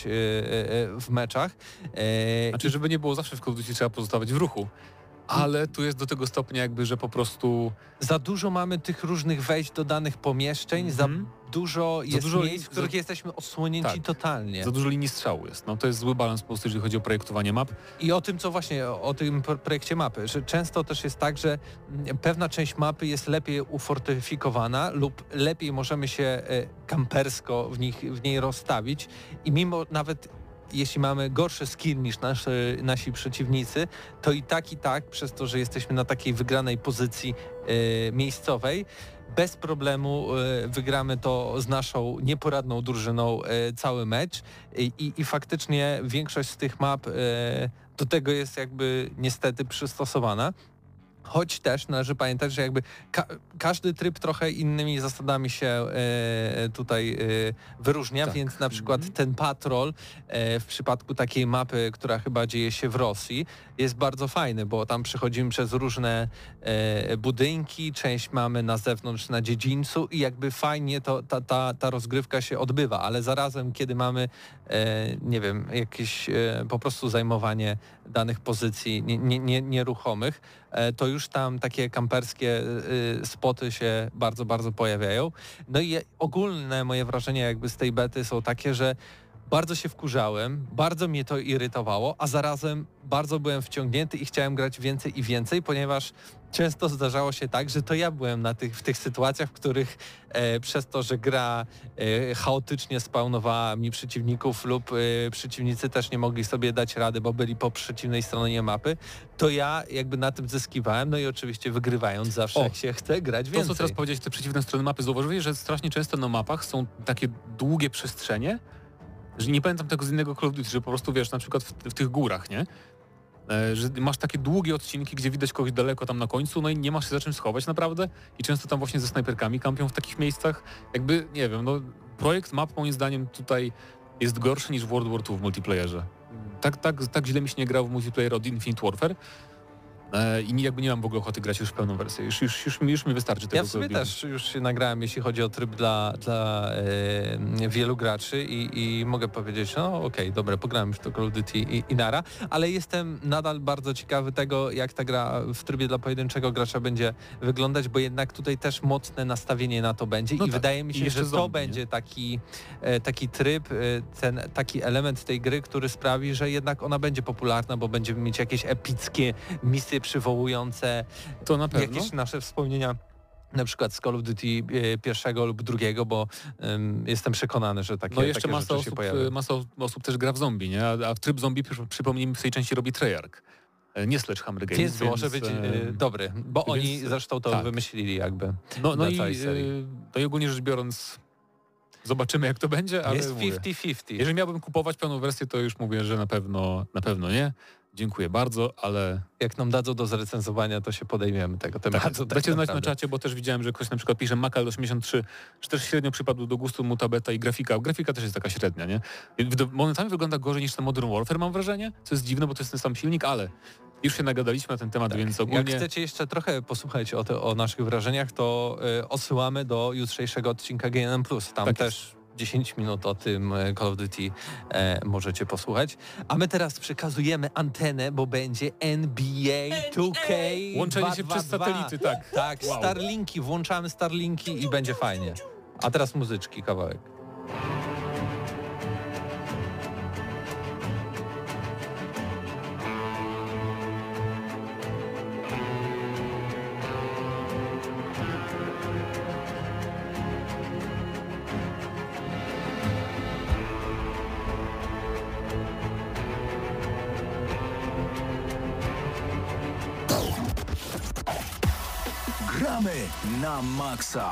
w meczach. Znaczy, żeby nie było zawsze w Call of Duty trzeba pozostawać w ruchu. Ale tu jest do tego stopnia jakby, że po prostu... Za dużo mamy tych różnych wejść do danych pomieszczeń, za dużo jest miejsc, w których jesteśmy odsłonięci totalnie. Za dużo linii strzału jest. No to jest zły balans po prostu, jeżeli chodzi o projektowanie map. I o tym, co właśnie, o tym projekcie mapy, że często też jest tak, że pewna część mapy jest lepiej ufortyfikowana lub lepiej możemy się kampersko w niej rozstawić i mimo nawet jeśli mamy gorszy skill niż nasi przeciwnicy, to i tak, przez to, że jesteśmy na takiej wygranej pozycji miejscowej, bez problemu wygramy to z naszą nieporadną drużyną cały mecz i faktycznie większość z tych map do tego jest jakby niestety przystosowana. Choć też należy pamiętać, że jakby każdy tryb trochę innymi zasadami się tutaj wyróżnia, więc na przykład ten patrol w przypadku takiej mapy, która chyba dzieje się w Rosji, jest bardzo fajny, bo tam przechodzimy przez różne budynki, część mamy na zewnątrz na dziedzińcu i jakby fajnie ta rozgrywka się odbywa, ale zarazem kiedy mamy nie wiem, jakieś po prostu zajmowanie danych pozycji nieruchomych, to już tam takie kamperskie spoty się bardzo, bardzo pojawiają. No i ogólne moje wrażenia jakby z tej bety są takie, że bardzo się wkurzałem, bardzo mnie to irytowało, a zarazem bardzo byłem wciągnięty i chciałem grać więcej i więcej, ponieważ często zdarzało się tak, że to ja byłem w tych sytuacjach, w których przez to, że gra chaotycznie spawnowała mi przeciwników lub przeciwnicy też nie mogli sobie dać rady, bo byli po przeciwnej stronie mapy, to ja jakby na tym zyskiwałem, no i oczywiście wygrywając zawsze jak się chce grać więcej. To, co teraz powiedziałeś, te przeciwne strony mapy, zauważyłeś, że strasznie często na mapach są takie długie przestrzenie, że nie pamiętam tego z innego Call of Duty, że po prostu wiesz, na przykład w tych górach, nie? Że masz takie długie odcinki, gdzie widać kogoś daleko tam na końcu, no i nie masz się za czym schować naprawdę i często tam właśnie ze snajperkami kampią w takich miejscach. Jakby, nie wiem, no projekt map moim zdaniem tutaj jest gorszy niż w World War II w multiplayerze. Tak źle mi się nie grało w multiplayer od Infinite Warfare i jakby nie mam w ogóle ochoty grać już w pełną wersję. Już mi wystarczy tego. Ja w sumie też już się nagrałem, jeśli chodzi o tryb dla wielu graczy i mogę powiedzieć, no okej, dobra, pograłem już to Call of Duty i nara, ale jestem nadal bardzo ciekawy tego, jak ta gra w trybie dla pojedynczego gracza będzie wyglądać, bo jednak tutaj też mocne nastawienie na to będzie i wydaje mi się, że to będzie taki tryb, ten taki element tej gry, który sprawi, że jednak ona będzie popularna, bo będziemy mieć jakieś epickie misje przywołujące to na pewno. Jakieś nasze wspomnienia na przykład z Call of Duty pierwszego lub drugiego, bo jestem przekonany, że takie jeszcze rzeczy się pojawią. Masa osób też gra w zombie, nie? A w tryb zombie, przypomnijmy, w tej części robi Treyarch, nie Sledgehammer Games. Więc może być dobry, bo oni zresztą to wymyślili jakby. No i ogólnie rzecz biorąc zobaczymy, jak to będzie, ale jest 50-50. Jeżeli miałbym kupować pełną wersję, to już mówię, że na pewno nie. Dziękuję bardzo, ale... Jak nam dadzą do zrecenzowania, to się podejmiemy tego tematu. Dajcie znać na czacie, bo też widziałem, że ktoś na przykład pisze Makal 83, że też średnio przypadł do gustu mu ta beta i grafika. Grafika też jest taka średnia, nie? Momentami wygląda gorzej niż na Modern Warfare, mam wrażenie, co jest dziwne, bo to jest ten sam silnik, ale już się nagadaliśmy na ten temat, więc ogólnie... Jak chcecie jeszcze trochę posłuchać o naszych wrażeniach, to odsyłamy do jutrzejszego odcinka GNM+. Tam też 10 minut o tym Call of Duty możecie posłuchać. A my teraz przekazujemy antenę, bo będzie NBA 2K. Łączenie się przez satelity, tak. Tak, wow. Starlinki, włączamy Starlinki i będzie fajnie. A teraz muzyczki, kawałek. Gramy na maksa.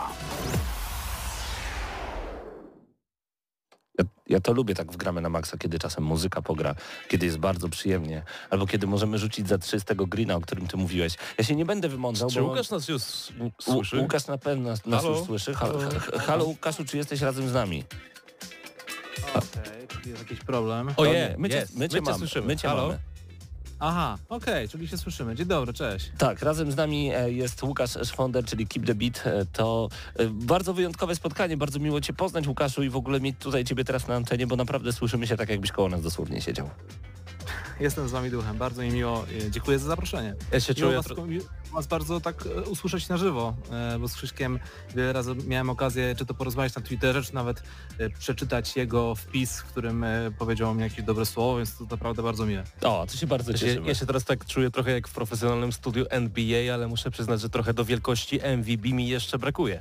Ja to lubię tak w Gramy na maksa, kiedy czasem muzyka pogra, kiedy jest bardzo przyjemnie, albo kiedy możemy rzucić za 3 z tego greena, o którym ty mówiłeś. Ja się nie będę wymądzał, Czy bo... Łukasz nas już słyszy? Łukasz na pewno nas już słyszy. Halo Łukaszu, czy jesteś razem z nami? Okej, czyli jest jakiś problem. My cię słyszymy. My cię Halo? mamy. Aha, okej, czyli się słyszymy. Dzień dobry, cześć. Tak, razem z nami jest Łukasz Szwonder, czyli Keep the Beat. To bardzo wyjątkowe spotkanie, bardzo miło cię poznać, Łukaszu, i w ogóle mieć tutaj ciebie teraz na antenie, bo naprawdę słyszymy się tak, jakbyś koło nas dosłownie siedział. Jestem z wami duchem, bardzo mi miło. Dziękuję za zaproszenie. Ja się Miło czuję... was bardzo tak usłyszeć na żywo, bo z Krzyśkiem wiele razy miałem okazję czy to porozmawiać na Twitterze, czy nawet przeczytać jego wpis, w którym powiedział mi jakieś dobre słowo, więc to naprawdę bardzo miłe. O, to się bardzo cieszymy. Ja się teraz tak czuję trochę jak w profesjonalnym studiu NBA, ale muszę przyznać, że trochę do wielkości MVB mi jeszcze brakuje.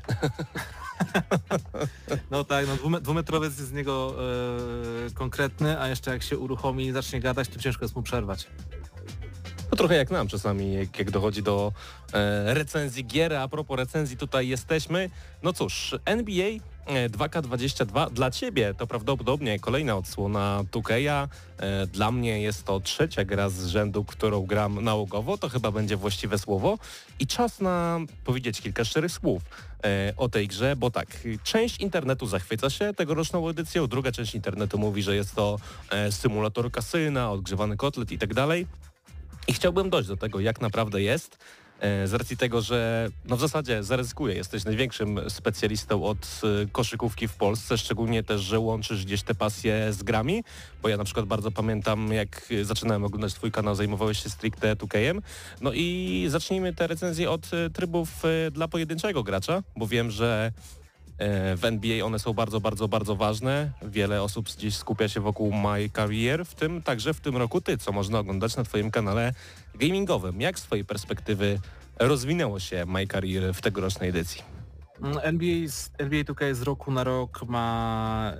No tak, no dwumetrowiec jest z niego konkretny, a jeszcze jak się uruchomi i zacznie gadać, to ciężko jest mu przerwać. No trochę jak nam czasami, jak dochodzi do recenzji gier, a propos recenzji tutaj jesteśmy. No cóż, NBA 2K22 dla Ciebie to prawdopodobnie kolejna odsłona 2K'a. Dla mnie jest to trzecia gra z rzędu, którą gram nałogowo, to chyba będzie właściwe słowo. I czas na powiedzieć kilka szczerych słów o tej grze, bo tak, część internetu zachwyca się tegoroczną edycją, druga część internetu mówi, że jest to symulator kasyna, odgrzewany kotlet i tak dalej. I chciałbym dojść do tego, jak naprawdę jest, z racji tego, że no w zasadzie zaryzykuję, jesteś największym specjalistą od koszykówki w Polsce, szczególnie też, że łączysz gdzieś te pasje z grami, bo ja na przykład bardzo pamiętam, jak zaczynałem oglądać twój kanał, zajmowałeś się stricte 2K-em. No i zacznijmy te recenzje od trybów dla pojedynczego gracza, bo wiem, że w NBA one są bardzo, bardzo, bardzo ważne. Wiele osób gdzieś skupia się wokół My Career, w tym także w tym roku ty, co można oglądać na twoim kanale gamingowym. Jak z twojej perspektywy rozwinęło się My Career w tegorocznej edycji? NBA 2K z roku na rok ma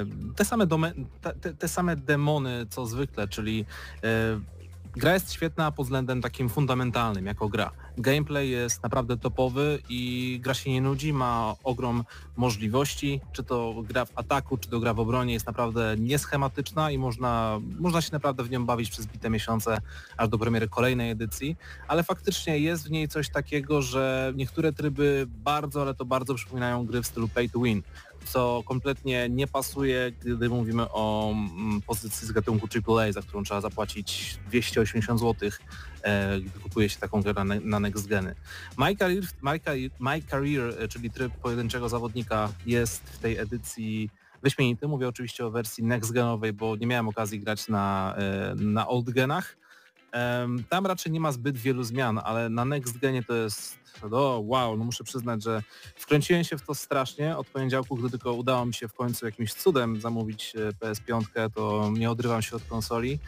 te same demony co zwykle, czyli gra jest świetna pod względem takim fundamentalnym jako gra. Gameplay jest naprawdę topowy i gra się nie nudzi, ma ogrom możliwości, czy to gra w ataku, czy to gra w obronie, jest naprawdę nieschematyczna i można się naprawdę w nią bawić przez bite miesiące, aż do premiery kolejnej edycji, ale faktycznie jest w niej coś takiego, że niektóre tryby bardzo, ale to bardzo przypominają gry w stylu pay to win, co kompletnie nie pasuje, gdy mówimy o pozycji z gatunku AAA, za którą trzeba zapłacić 280 zł, gdy kupuje się taką grę na next geny. My Career, czyli tryb pojedynczego zawodnika, jest w tej edycji wyśmienity. Mówię oczywiście o wersji next genowej, bo nie miałem okazji grać na old genach. Tam raczej nie ma zbyt wielu zmian, ale na next genie to jest wow, no muszę przyznać, że wkręciłem się w to strasznie od poniedziałku, gdy tylko udało mi się w końcu jakimś cudem zamówić PS5, to nie odrywam się od konsoli.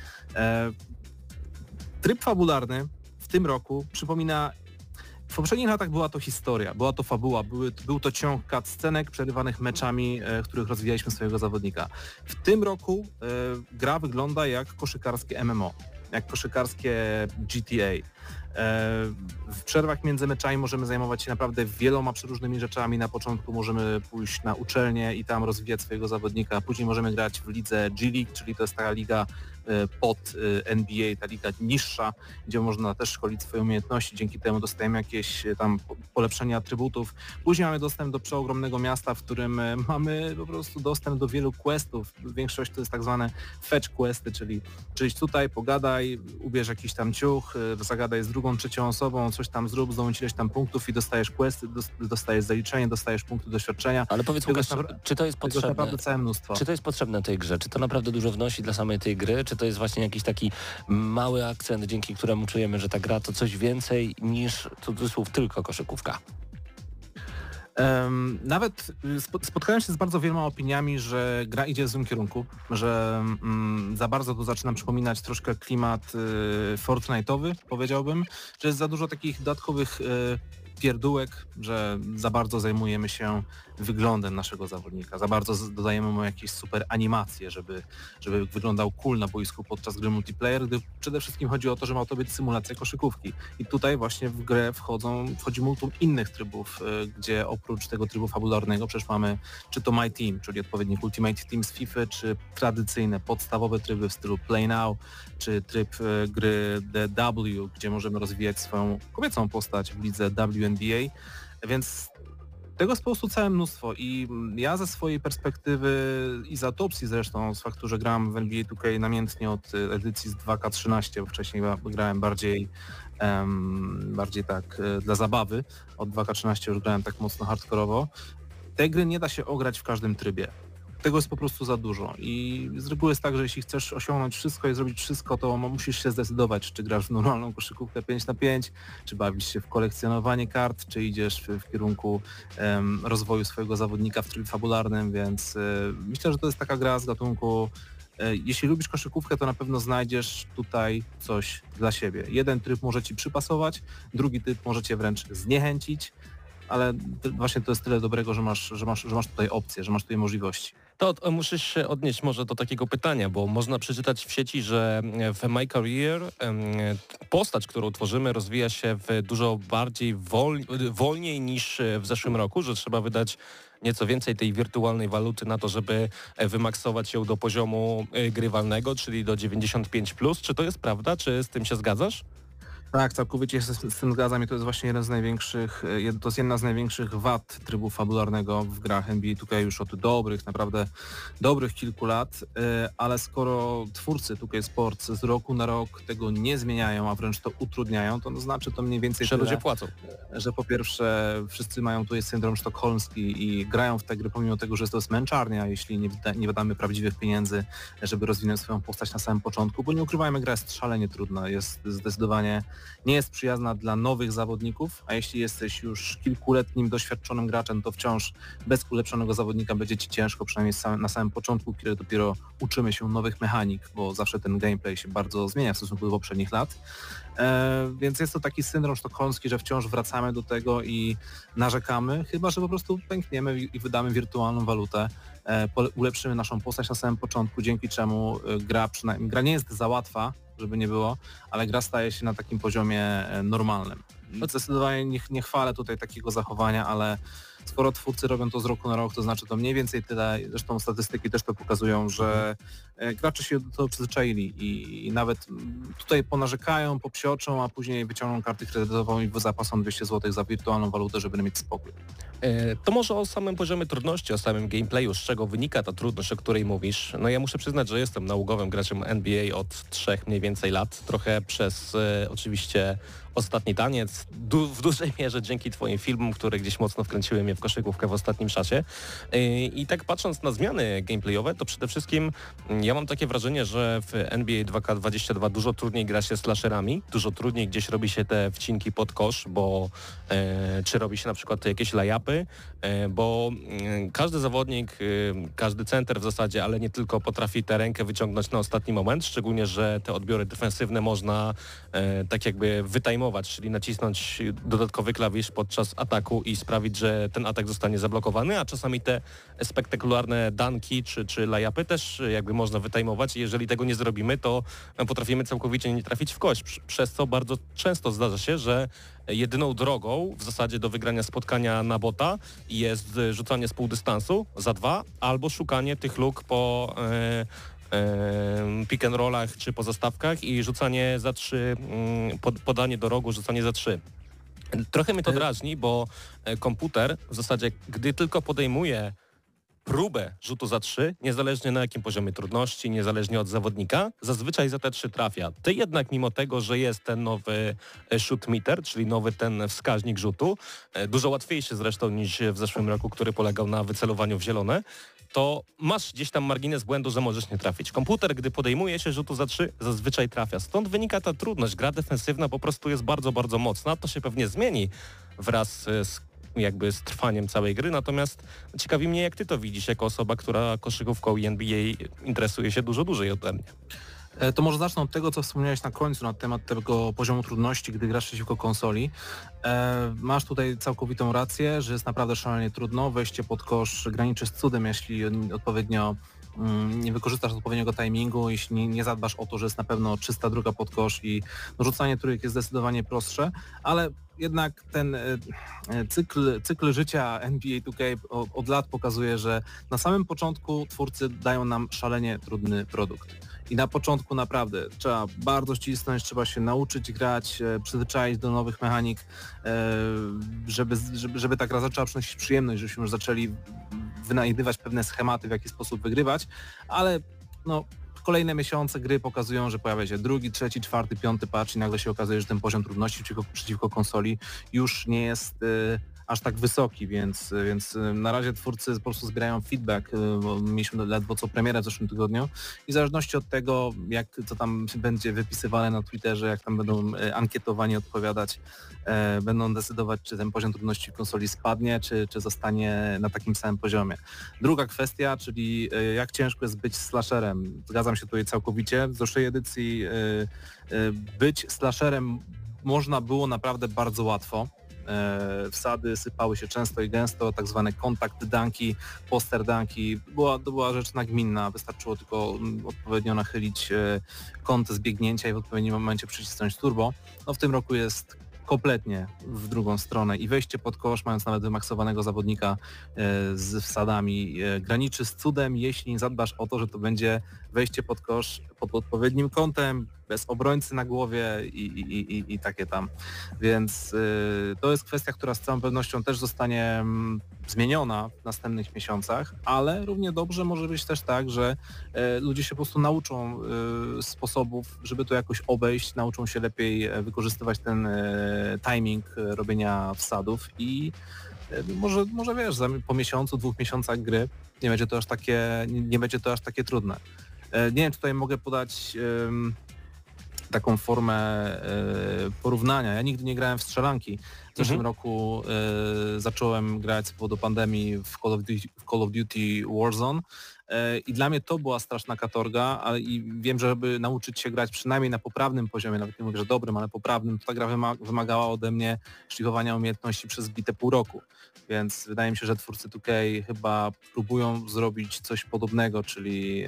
Tryb fabularny w tym roku przypomina... W poprzednich latach była to historia, była to fabuła, był to ciąg cutscenek przerywanych meczami, w których rozwijaliśmy swojego zawodnika. W tym roku gra wygląda jak koszykarskie MMO, jak koszykarskie GTA. W przerwach między meczami możemy zajmować się naprawdę wieloma przeróżnymi rzeczami. Na początku możemy pójść na uczelnię i tam rozwijać swojego zawodnika, a później możemy grać w lidze G League, czyli to jest taka liga pod NBA, ta liga niższa, gdzie można też szkolić swoje umiejętności, dzięki temu dostajemy jakieś tam polepszenia atrybutów. Później mamy dostęp do przeogromnego miasta, w którym mamy po prostu dostęp do wielu questów. Większość to jest tak zwane fetch questy, czyli przyjdź tutaj, pogadaj, ubierz jakiś tam ciuch, zagadaj z drugą, trzecią osobą, coś tam zrób, zdobądź ileś tam punktów i dostajesz questy, dostajesz zaliczenie, dostajesz punkty doświadczenia. Ale powiedz Łukasz, czy to jest Tego jest potrzebne? naprawdę całe mnóstwo. Czy to jest potrzebne tej grze? Czy to naprawdę dużo wnosi dla samej tej gry? Czy to jest właśnie jakiś taki mały akcent, dzięki któremu czujemy, że ta gra to coś więcej niż cudzysłów tylko koszykówka? Nawet spotkałem się z bardzo wieloma opiniami, że gra idzie w złym kierunku, że za bardzo to zaczyna przypominać troszkę klimat Fortnite'owy, powiedziałbym, że jest za dużo takich dodatkowych pierdółek, że za bardzo zajmujemy się wyglądem naszego zawodnika, za bardzo dodajemy mu jakieś super animacje, żeby wyglądał cool na boisku podczas gry multiplayer, gdy przede wszystkim chodzi o to, że ma to być symulacja koszykówki. I tutaj właśnie w grę wchodzi multum innych trybów, gdzie oprócz tego trybu fabularnego przecież mamy czy to My Team, czyli odpowiednik Ultimate Team z FIFA, czy tradycyjne, podstawowe tryby w stylu Play Now, czy tryb gry The W, gdzie możemy rozwijać swoją kobiecą postać w lidze WNBA, więc tego jest po prostu całe mnóstwo i ja ze swojej perspektywy i z autopsji zresztą, z faktu, że gram w NBA 2K namiętnie od edycji z 2K13, bo wcześniej grałem bardziej tak dla zabawy, od 2K13 już grałem tak mocno hardkorowo, tej gry nie da się ograć w każdym trybie. tego jest po prostu za dużo i z reguły jest tak, że jeśli chcesz osiągnąć wszystko i zrobić wszystko, to musisz się zdecydować, czy grasz w normalną koszykówkę 5x5, czy bawisz się w kolekcjonowanie kart, czy idziesz w kierunku rozwoju swojego zawodnika w trybie fabularnym, więc myślę, że to jest taka gra z gatunku jeśli lubisz koszykówkę, to na pewno znajdziesz tutaj coś dla siebie. Jeden tryb może ci przypasować, drugi tryb może cię wręcz zniechęcić, ale właśnie to jest tyle dobrego, że masz tutaj opcje, że masz tutaj możliwości. To musisz się odnieść może do takiego pytania, bo można przeczytać w sieci, że w My Career postać, którą tworzymy, rozwija się w dużo bardziej wolniej niż w zeszłym roku, że trzeba wydać nieco więcej tej wirtualnej waluty na to, żeby wymaksować ją do poziomu grywalnego, czyli do 95+. Czy to jest prawda? Czy z tym się zgadzasz? Tak, całkowicie się z tym zgadzam i to jest właśnie jedna z największych wad trybu fabularnego w grach NBA tutaj już od naprawdę dobrych kilku lat, ale skoro twórcy 2K Sports z roku na rok tego nie zmieniają, a wręcz to utrudniają, to znaczy to mniej więcej tyle, ludzie płacą. Że po pierwsze wszyscy mają tutaj syndrom sztokholmski i grają w te gry pomimo tego, że jest to męczarnia, jeśli nie wydamy prawdziwych pieniędzy, żeby rozwinąć swoją postać na samym początku, bo nie ukrywajmy, gra jest szalenie trudna, jest zdecydowanie nie jest przyjazna dla nowych zawodników, a jeśli jesteś już kilkuletnim, doświadczonym graczem, to wciąż bez ulepszonego zawodnika będzie ci ciężko, przynajmniej na samym początku, kiedy dopiero uczymy się nowych mechanik, bo zawsze ten gameplay się bardzo zmienia w stosunku do poprzednich lat. Więc jest to taki syndrom sztokholmski, że wciąż wracamy do tego i narzekamy, chyba że po prostu pękniemy i wydamy wirtualną walutę, ulepszymy naszą postać na samym początku, dzięki czemu gra nie jest za łatwa, żeby nie było, ale gra staje się na takim poziomie normalnym. Zdecydowanie nie chwalę tutaj takiego zachowania, ale skoro twórcy robią to z roku na rok, to znaczy to mniej więcej tyle. Zresztą statystyki też to pokazują, że gracze się do tego przyzwyczaili i nawet tutaj ponarzekają, popsioczą, a później wyciągną kartę kredytową i zapłacą 200 zł za wirtualną walutę, żeby mieć spokój. To może o samym poziomie trudności, o samym gameplayu, z czego wynika ta trudność, o której mówisz. No ja muszę przyznać, że jestem nałogowym graczem NBA od 3 mniej więcej lat, trochę przez oczywiście Ostatni taniec, w dużej mierze dzięki twoim filmom, które gdzieś mocno wkręciły mnie w koszykówkę w ostatnim czasie. I tak patrząc na zmiany gameplayowe, to przede wszystkim ja mam takie wrażenie, że w NBA 2K22 dużo trudniej gra się slasherami, dużo trudniej gdzieś robi się te wcinki pod kosz, bo czy robi się na przykład jakieś layupy, bo każdy zawodnik, każdy center w zasadzie, ale nie tylko, potrafi tę rękę wyciągnąć na ostatni moment, szczególnie, że te odbiory defensywne można tak jakby wytajmować, czyli nacisnąć dodatkowy klawisz podczas ataku i sprawić, że ten atak zostanie zablokowany, a czasami te spektakularne danki czy layupy też jakby można wytajmować i jeżeli tego nie zrobimy, to potrafimy całkowicie nie trafić w kość, przez co bardzo często zdarza się, że jedyną drogą w zasadzie do wygrania spotkania na bota jest rzucanie z pół dystansu za 2 albo szukanie tych luk po pick and rollach czy po zastawkach i rzucanie za 3, podanie do rogu, rzucanie za 3. Trochę mnie to drażni, bo komputer w zasadzie, gdy tylko podejmuje próbę rzutu za 3, niezależnie na jakim poziomie trudności, niezależnie od zawodnika, zazwyczaj za te 3 trafia. Ty jednak mimo tego, że jest ten nowy shoot meter, czyli nowy ten wskaźnik rzutu, dużo łatwiejszy zresztą niż w zeszłym roku, który polegał na wycelowaniu w zielone, to masz gdzieś tam margines błędu, że możesz nie trafić. Komputer, gdy podejmuje się rzutu za 3, zazwyczaj trafia. Stąd wynika ta trudność. Gra defensywna po prostu jest bardzo, bardzo mocna. To się pewnie zmieni wraz z trwaniem całej gry, natomiast ciekawi mnie, jak ty to widzisz jako osoba, która koszykówką i NBA interesuje się dużo dłużej ode mnie. To może zacznę od tego, co wspomniałeś na końcu na temat tego poziomu trudności, gdy grasz przeciwko konsoli. Masz tutaj całkowitą rację, że jest naprawdę szalenie trudno. Wejście pod kosz graniczy z cudem, jeśli odpowiednio nie wykorzystasz odpowiedniego timingu, jeśli nie zadbasz o to, że jest na pewno czysta druga pod kosz i rzucanie trójek jest zdecydowanie prostsze, ale jednak ten cykl życia NBA 2K od lat pokazuje, że na samym początku twórcy dają nam szalenie trudny produkt. I na początku naprawdę trzeba bardzo ścisnąć, trzeba się nauczyć grać, przyzwyczaić do nowych mechanik, żeby ta gra zaczęła przynosić przyjemność, żebyśmy już zaczęli wynajdywać pewne schematy, w jaki sposób wygrywać, ale kolejne miesiące gry pokazują, że pojawia się drugi, trzeci, czwarty, piąty patch i nagle się okazuje, że ten poziom trudności przeciwko konsoli już nie jest aż tak wysoki, więc na razie twórcy po prostu zbierają feedback, bo mieliśmy ledwo co premierę w zeszłym tygodniu i w zależności od tego, jak to tam będzie wypisywane na Twitterze, jak tam będą ankietowani odpowiadać, będą decydować, czy ten poziom trudności konsoli spadnie, czy zostanie na takim samym poziomie. Druga kwestia, czyli jak ciężko jest być slasherem. Zgadzam się tutaj całkowicie. W zeszłej edycji być slasherem można było naprawdę bardzo łatwo. Wsady sypały się często i gęsto, tak zwane kontakt dunki, poster dunki. To była rzecz nagminna, wystarczyło tylko odpowiednio nachylić kąt zbiegnięcia i w odpowiednim momencie przycisnąć turbo. No w tym roku jest kompletnie w drugą stronę i wejście pod kosz, mając nawet wymaksowanego zawodnika z wsadami, graniczy z cudem, jeśli nie zadbasz o to, że to będzie wejście pod kosz pod odpowiednim kątem, bez obrońcy na głowie i takie tam. Więc to jest kwestia, która z całą pewnością też zostanie zmieniona w następnych miesiącach, ale równie dobrze może być też tak, że ludzie się po prostu nauczą sposobów, żeby to jakoś obejść, nauczą się lepiej wykorzystywać ten timing robienia wsadów i może wiesz, po miesiącu, 2 miesiącach gry nie będzie to aż takie trudne. Nie wiem, tutaj mogę podać taką formę porównania. Ja nigdy nie grałem w strzelanki. W zeszłym roku zacząłem grać z powodu pandemii w Call of Duty Warzone i dla mnie to była straszna katorga, ale i wiem, że żeby nauczyć się grać przynajmniej na poprawnym poziomie, nawet nie mówię, że dobrym, ale poprawnym, to ta gra wymagała ode mnie szlifowania umiejętności przez bite pół roku. Więc wydaje mi się, że twórcy 2K chyba próbują zrobić coś podobnego, czyli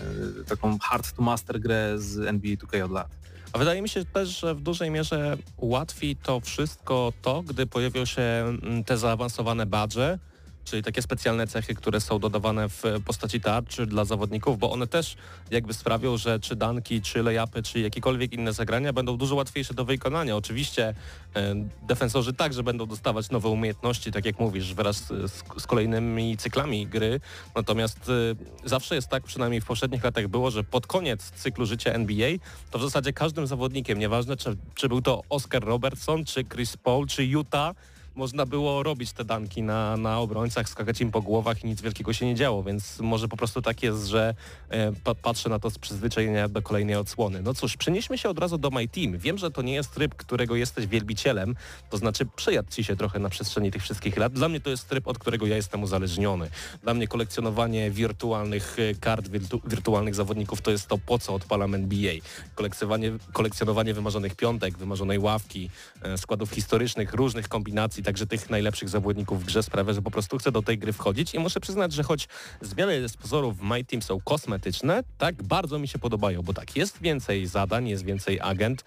taką hard to master grę z NBA 2K od lat. A wydaje mi się też, że w dużej mierze ułatwi to wszystko to, gdy pojawią się te zaawansowane badże, czyli takie specjalne cechy, które są dodawane w postaci tarczy dla zawodników, bo one też jakby sprawią, że czy danki, czy layupy, czy jakiekolwiek inne zagrania będą dużo łatwiejsze do wykonania. Oczywiście defensorzy także będą dostawać nowe umiejętności, tak jak mówisz, wraz z kolejnymi cyklami gry, natomiast zawsze jest tak, przynajmniej w poprzednich latach było, że pod koniec cyklu życia NBA to w zasadzie każdym zawodnikiem, nieważne czy był to Oscar Robertson, czy Chris Paul, czy Utah, można było robić te danki na obrońcach, skakać im po głowach i nic wielkiego się nie działo, więc może po prostu tak jest, że patrzę na to z przyzwyczajenia do kolejnej odsłony. No cóż, przenieśmy się od razu do My Team. Wiem, że to nie jest tryb, którego jesteś wielbicielem, to znaczy przejadł ci się trochę na przestrzeni tych wszystkich lat. Dla mnie to jest tryb, od którego ja jestem uzależniony. Dla mnie kolekcjonowanie wirtualnych kart, wirtualnych zawodników to jest to, po co odpalam NBA. Kolekcjonowanie wymarzonych piątek, wymarzonej ławki, składów historycznych, różnych kombinacji, także tych najlepszych zawodników w grze sprawia, że po prostu chcę do tej gry wchodzić i muszę przyznać, że choć z wiele z pozorów w My Team są kosmetyczne, tak bardzo mi się podobają, bo tak, jest więcej zadań, jest więcej agent,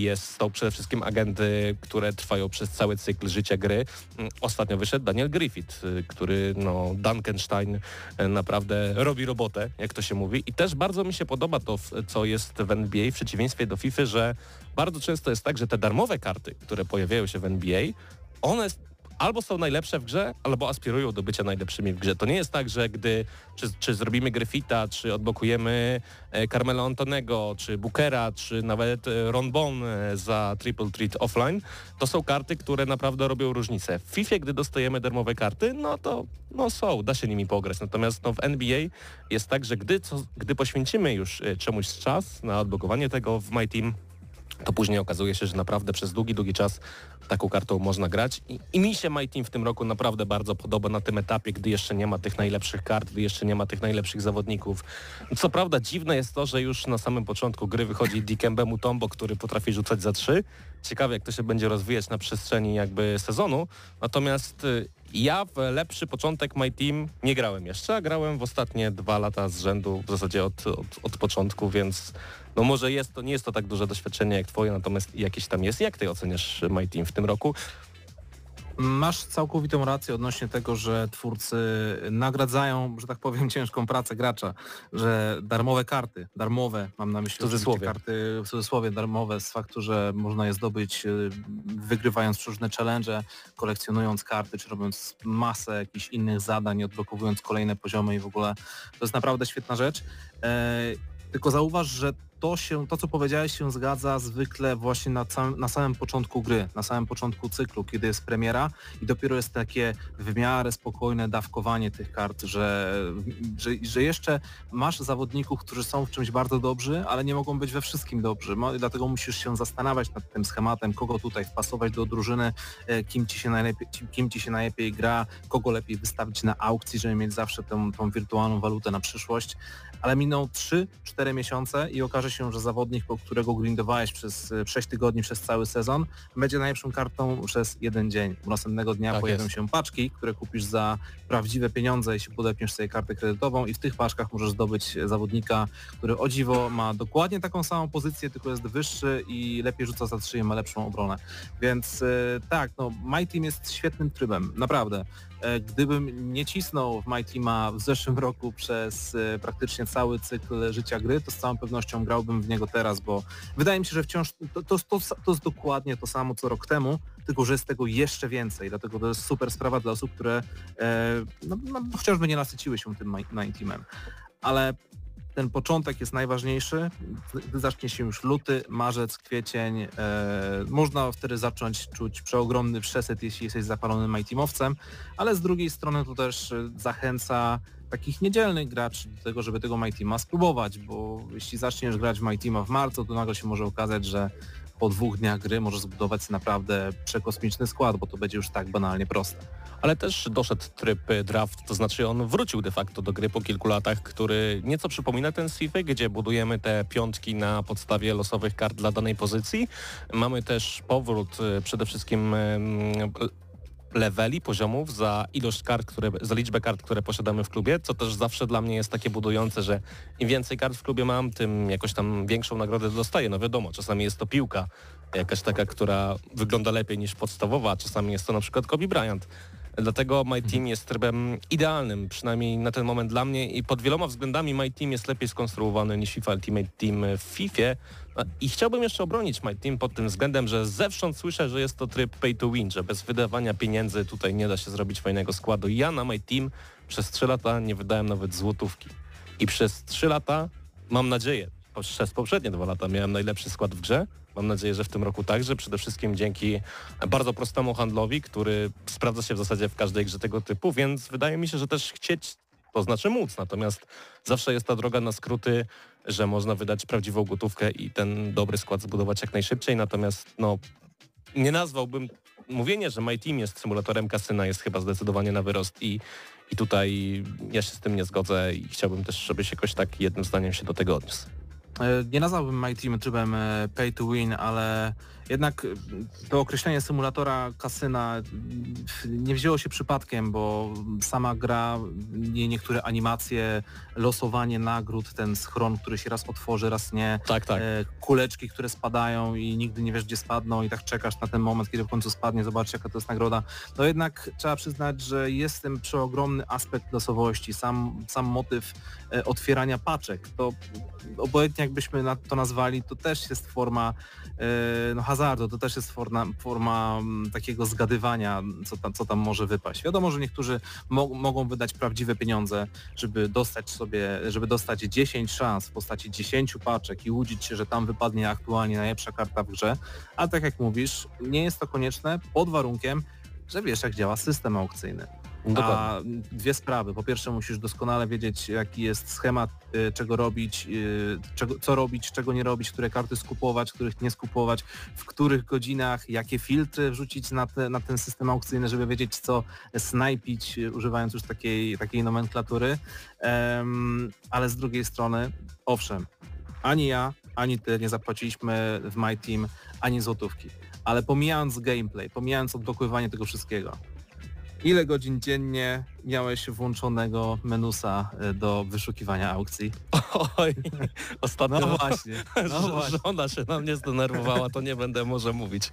są przede wszystkim agenty, które trwają przez cały cykl życia gry. Ostatnio wyszedł Daniel Griffith, który Dunkenstein naprawdę robi robotę, jak to się mówi, i też bardzo mi się podoba to, co jest w NBA w przeciwieństwie do FIFA, że bardzo często jest tak, że te darmowe karty, które pojawiają się w NBA, one albo są najlepsze w grze, albo aspirują do bycia najlepszymi w grze. To nie jest tak, że czy zrobimy Griffitha, czy odblokujemy Carmelo Antonego, czy Bookera, czy nawet Ron Bone za Triple Threat Offline, to są karty, które naprawdę robią różnicę. W FIFA, gdy dostajemy darmowe karty, da się nimi pograć. Natomiast w NBA jest tak, że gdy poświęcimy już czemuś czas na odblokowanie tego w My Team, to później okazuje się, że naprawdę przez długi czas taką kartą można grać i mi się My Team w tym roku naprawdę bardzo podoba na tym etapie, gdy jeszcze nie ma tych najlepszych kart, gdy jeszcze nie ma tych najlepszych zawodników. Co prawda dziwne jest to, że już na samym początku gry wychodzi Dikembe Mutombo, który potrafi rzucać za 3. Ciekawe, jak to się będzie rozwijać na przestrzeni jakby sezonu. Natomiast ja w lepszy początek My Team nie grałem jeszcze, a grałem w ostatnie 2 lata z rzędu, w zasadzie od początku, więc może nie jest to tak duże doświadczenie jak twoje, natomiast jakieś tam jest. Jak ty oceniasz My Team w tym roku? Masz całkowitą rację odnośnie tego, że twórcy nagradzają, że tak powiem, ciężką pracę gracza, że darmowe karty, mam na myśli karty w cudzysłowie darmowe z faktu, że można je zdobyć wygrywając różne challenge, kolekcjonując karty, czy robiąc masę jakichś innych zadań, odblokowując kolejne poziomy i w ogóle to jest naprawdę świetna rzecz. Tylko zauważ, że to co powiedziałeś się zgadza zwykle właśnie na samym początku gry, na samym początku cyklu, kiedy jest premiera i dopiero jest takie w miarę spokojne dawkowanie tych kart, że jeszcze masz zawodników, którzy są w czymś bardzo dobrzy, ale nie mogą być we wszystkim dobrzy. Dlatego musisz się zastanawiać nad tym schematem, kogo tutaj wpasować do drużyny, kim ci się najlepiej gra, kogo lepiej wystawić na aukcji, żeby mieć zawsze tą wirtualną walutę na przyszłość. Ale minął 3-4 miesiące i okaże się, że zawodnik, po którego grindowałeś przez 6 tygodni, przez cały sezon, będzie najlepszą kartą przez jeden dzień. Następnego dnia pojawią się paczki, które kupisz za prawdziwe pieniądze, jeśli podepniesz sobie kartę kredytową i w tych paczkach możesz zdobyć zawodnika, który o dziwo ma dokładnie taką samą pozycję, tylko jest wyższy i lepiej rzuca za 3 i ma lepszą obronę. Więc tak, My Team jest świetnym trybem, naprawdę. Gdybym nie cisnął w My Teama w zeszłym roku przez praktycznie cały cykl życia gry, to z całą pewnością grałbym w niego teraz, bo wydaje mi się, że wciąż to jest dokładnie to samo co rok temu, tylko że jest tego jeszcze więcej, dlatego to jest super sprawa dla osób, które chociażby nie nasyciły się tym My Teamem. Ale ten początek jest najważniejszy, gdy zacznie się już luty, marzec, kwiecień, można wtedy zacząć czuć przeogromny przesyt, jeśli jesteś zapalonym MyTeamowcem, ale z drugiej strony to też zachęca takich niedzielnych graczy do tego, żeby tego MyTeama spróbować, bo jeśli zaczniesz grać w MyTeama w marcu, to nagle się może okazać, że po 2 dniach gry możesz zbudować sobie naprawdę przekosmiczny skład, bo to będzie już tak banalnie proste. Ale też doszedł tryb draft, to znaczy on wrócił de facto do gry po kilku latach, który nieco przypomina ten FIFA, gdzie budujemy te piątki na podstawie losowych kart dla danej pozycji. Mamy też powrót przede wszystkim leveli, poziomów za ilość kart, za liczbę kart, które posiadamy w klubie, co też zawsze dla mnie jest takie budujące, że im więcej kart w klubie mam, tym jakoś tam większą nagrodę dostaję. No wiadomo, czasami jest to piłka, jakaś taka, która wygląda lepiej niż podstawowa, a czasami jest to na przykład Kobe Bryant. Dlatego My Team jest trybem idealnym, przynajmniej na ten moment dla mnie i pod wieloma względami My Team jest lepiej skonstruowany niż FIFA Ultimate Team w FIFA. I chciałbym jeszcze obronić My Team pod tym względem, że zewsząd słyszę, że jest to tryb pay to win, że bez wydawania pieniędzy tutaj nie da się zrobić fajnego składu. Ja na My Team przez 3 lata nie wydałem nawet złotówki. I przez 3 lata mam nadzieję, przez poprzednie 2 lata miałem najlepszy skład w grze. Mam nadzieję, że w tym roku także, przede wszystkim dzięki bardzo prostemu handlowi, który sprawdza się w zasadzie w każdej grze tego typu, więc wydaje mi się, że też chcieć to znaczy móc, natomiast zawsze jest ta droga na skróty, że można wydać prawdziwą gotówkę i ten dobry skład zbudować jak najszybciej, natomiast nie nazwałbym, mówienie, że My Team jest symulatorem kasyna jest chyba zdecydowanie na wyrost i tutaj ja się z tym nie zgodzę i chciałbym też, żebyś jakoś tak jednym zdaniem się do tego odniósł. Nie nazwałbym My Team trybem pay to win, ale jednak to określenie symulatora kasyna nie wzięło się przypadkiem, bo sama gra, niektóre animacje, losowanie nagród, ten schron, który się raz otworzy, raz nie, tak. Kuleczki, które spadają i nigdy nie wiesz, gdzie spadną i tak czekasz na ten moment, kiedy w końcu spadnie, zobaczysz, jaka to jest nagroda. To jednak trzeba przyznać, że jest ten przeogromny aspekt losowości, sam motyw otwierania paczek. To obojętnie jakbyśmy to nazwali, to też jest forma hazardu, to też jest forma takiego zgadywania, co tam może wypaść. Wiadomo, że niektórzy mogą wydać prawdziwe pieniądze, żeby dostać 10 szans w postaci 10 paczek i łudzić się, że tam wypadnie aktualnie najlepsza karta w grze, ale tak jak mówisz, nie jest to konieczne pod warunkiem, że wiesz, jak działa system aukcyjny. A 2 sprawy. Po pierwsze musisz doskonale wiedzieć, jaki jest schemat, czego robić, co robić, czego nie robić, które karty skupować, których nie skupować, w których godzinach, jakie filtry wrzucić na ten system aukcyjny, żeby wiedzieć, co snajpić, używając już takiej nomenklatury. Ale z drugiej strony, owszem, ani ja, ani ty nie zapłaciliśmy w My Team ani złotówki. Ale pomijając gameplay, pomijając odblokowywanie tego wszystkiego, ile godzin dziennie miałeś włączonego menusa do wyszukiwania aukcji? Oj, ostatnio No właśnie. Żona się na mnie zdenerwowała, to nie będę może mówić.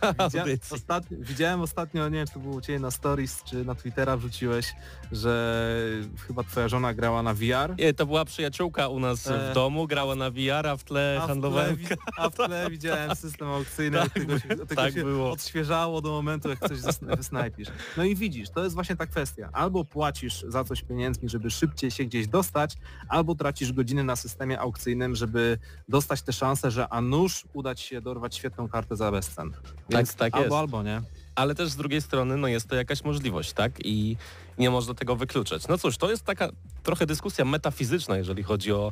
Widziałem ostatnio, nie wiem, czy to było u Ciebie na stories, czy na Twittera wrzuciłeś, że chyba Twoja żona grała na VR. Nie, to była przyjaciółka u nas w domu, grała na VR, a w tle handlowałem. A w tle widziałem system aukcyjny, tego się było. odświeżało do momentu, jak coś wysnajpisz. No i widzisz, to jest właśnie ta kwestia. albo płacisz za coś pieniędzmi, żeby szybciej się gdzieś dostać, albo tracisz godziny na systemie aukcyjnym, żeby dostać tę szansę, że a nuż uda ci się dorwać świetną kartę za bezcen. Więc tak albo, jest. albo, nie? Ale też z drugiej strony no jest to jakaś możliwość, tak? I nie można tego wykluczyć. No cóż, to jest taka trochę dyskusja metafizyczna, jeżeli chodzi o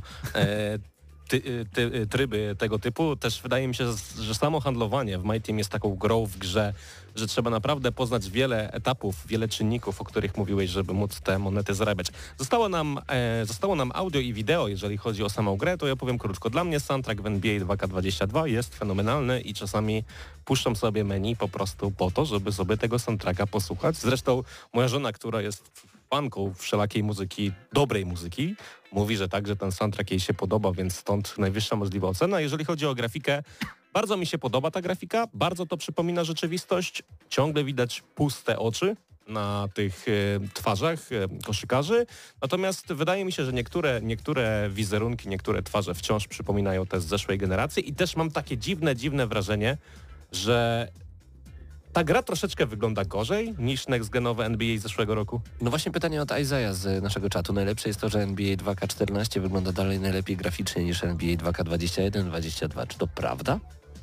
tryby tego typu. Też wydaje mi się, że samo handlowanie w My Team jest taką grą w grze, że trzeba naprawdę poznać wiele etapów, wiele czynników, o których mówiłeś, żeby móc te monety zarabiać. Zostało nam audio i wideo, jeżeli chodzi o samą grę, to ja powiem krótko. Dla mnie soundtrack w NBA 2K22 jest fenomenalny i czasami puszczam sobie menu po prostu po to, żeby sobie tego soundtracka posłuchać. Zresztą moja żona, która jest fanką wszelakiej muzyki, dobrej muzyki, mówi, że tak, że ten soundtrack jej się podoba, więc stąd najwyższa możliwa ocena. Jeżeli chodzi o grafikę, bardzo mi się podoba ta grafika, bardzo to przypomina rzeczywistość. Ciągle widać puste oczy na tych twarzach koszykarzy. Natomiast wydaje mi się, że niektóre wizerunki, niektóre twarze wciąż przypominają te z zeszłej generacji i też mam takie dziwne wrażenie, że ta gra troszeczkę wygląda gorzej niż next-genowe NBA z zeszłego roku. No właśnie pytanie od Isaiah z naszego czatu. Najlepsze jest to, że NBA 2K14 wygląda dalej najlepiej graficznie niż NBA 2K21-22. Czy to prawda?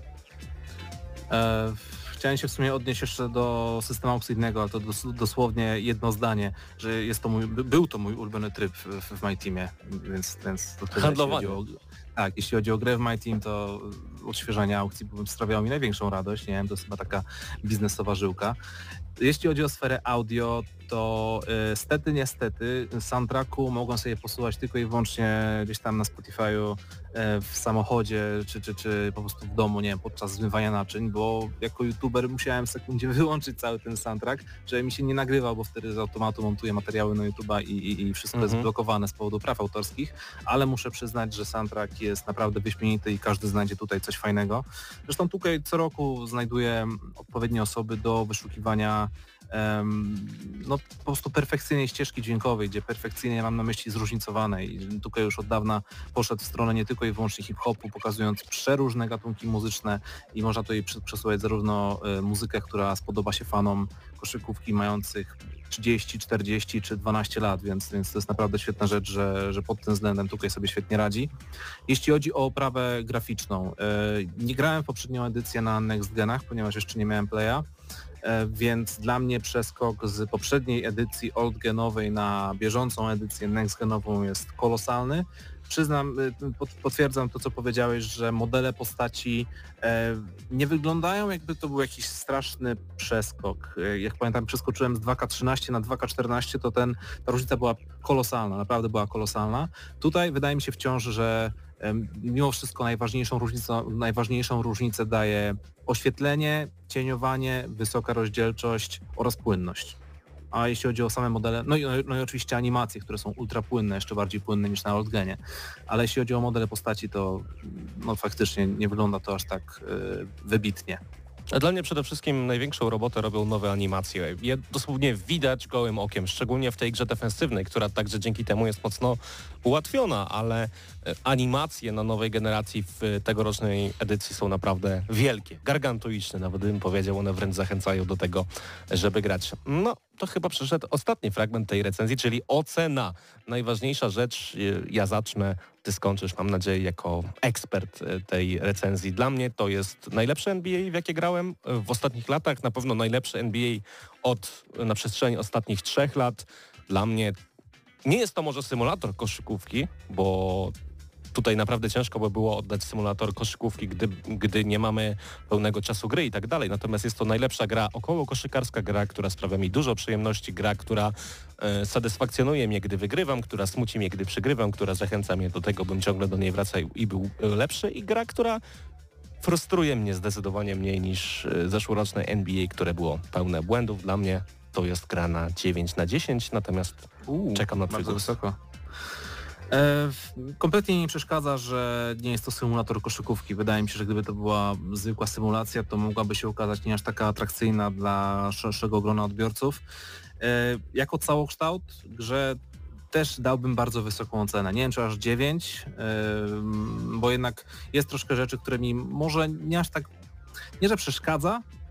Chciałem się w sumie odnieść jeszcze do systemu aukcyjnego, ale to dosłownie jedno zdanie, że jest to był to mój ulubiony tryb w My Teamie, więc to tyle. Handlowanie. Jeśli chodzi o grę w My Team, to odświeżanie aukcji sprawiało mi największą radość, nie wiem, to jest chyba taka biznesowa żyłka. Jeśli chodzi o sferę audio, to niestety soundtracku mogą sobie posłuchać tylko i wyłącznie gdzieś tam na Spotify'u w samochodzie, czy po prostu w domu, nie wiem, podczas zmywania naczyń, bo jako youtuber musiałem w sekundzie wyłączyć cały ten soundtrack, żeby mi się nie nagrywał, bo wtedy z automatu montuję materiały na YouTube'a i wszystko jest blokowane z powodu praw autorskich, ale muszę przyznać, że soundtrack jest naprawdę wyśmienity i każdy znajdzie tutaj coś fajnego. Zresztą tutaj co roku znajduję odpowiednie osoby do wyszukiwania no po prostu perfekcyjnej ścieżki dźwiękowej, gdzie perfekcyjnie mam na myśli zróżnicowanej. Tutaj już od dawna poszedł w stronę nie tylko i wyłącznie hip-hopu, pokazując przeróżne gatunki muzyczne i można tutaj przesuwać zarówno muzykę, która spodoba się fanom koszykówki mających 30, 40 czy 12 lat, więc to jest naprawdę świetna rzecz, że pod tym względem tutaj sobie świetnie radzi. Jeśli chodzi o oprawę graficzną, nie grałem w poprzednią edycję na Next Genach, ponieważ jeszcze nie miałem playa, więc dla mnie przeskok z poprzedniej edycji oldgenowej na bieżącą edycję nextgenową jest kolosalny. Przyznam, potwierdzam to, co powiedziałeś, że modele postaci nie wyglądają, jakby to był jakiś straszny przeskok. Jak pamiętam, przeskoczyłem z 2K13 na 2K14, to ta różnica była kolosalna, naprawdę była kolosalna. Tutaj wydaje mi się wciąż, że mimo wszystko najważniejszą różnicę daje oświetlenie, cieniowanie, wysoka rozdzielczość oraz płynność. A jeśli chodzi o same modele, no i oczywiście animacje, które są ultra płynne, jeszcze bardziej płynne niż na oldgenie, ale jeśli chodzi o modele postaci, to no faktycznie nie wygląda to aż tak wybitnie. A dla mnie przede wszystkim największą robotę robią nowe animacje. Je dosłownie widać gołym okiem, szczególnie w tej grze defensywnej, która także dzięki temu jest mocno ułatwiona, ale animacje na nowej generacji w tegorocznej edycji są naprawdę wielkie, gargantuiczne, nawet bym powiedział, one wręcz zachęcają do tego, żeby grać. No, to chyba przyszedł ostatni fragment tej recenzji, czyli ocena. Najważniejsza rzecz, ja zacznę, ty skończysz, mam nadzieję, jako ekspert tej recenzji. Dla mnie to jest najlepsze NBA, w jakie grałem w ostatnich latach, na pewno najlepsze NBA na przestrzeni ostatnich 3 lat. Dla mnie nie jest to może symulator koszykówki, bo tutaj naprawdę ciężko by było oddać symulator koszykówki, gdy nie mamy pełnego czasu gry i tak dalej. Natomiast jest to najlepsza gra około koszykarska, gra, która sprawia mi dużo przyjemności, gra, która satysfakcjonuje mnie, gdy wygrywam, która smuci mnie, gdy przegrywam, która zachęca mnie do tego, bym ciągle do niej wracał i był lepszy, i gra, która frustruje mnie zdecydowanie mniej niż zeszłoroczne NBA, które było pełne błędów. Dla mnie to jest gra na 9/10, natomiast czekam na twój głos. Kompletnie nie przeszkadza, że nie jest to symulator koszykówki. Wydaje mi się, że gdyby to była zwykła symulacja, to mogłaby się okazać nie aż taka atrakcyjna dla szerszego grona odbiorców. Jako całokształt grze też dałbym bardzo wysoką ocenę. Nie wiem, czy aż 9, bo jednak jest troszkę rzeczy, które mi może nie aż tak, nie że przeszkadza,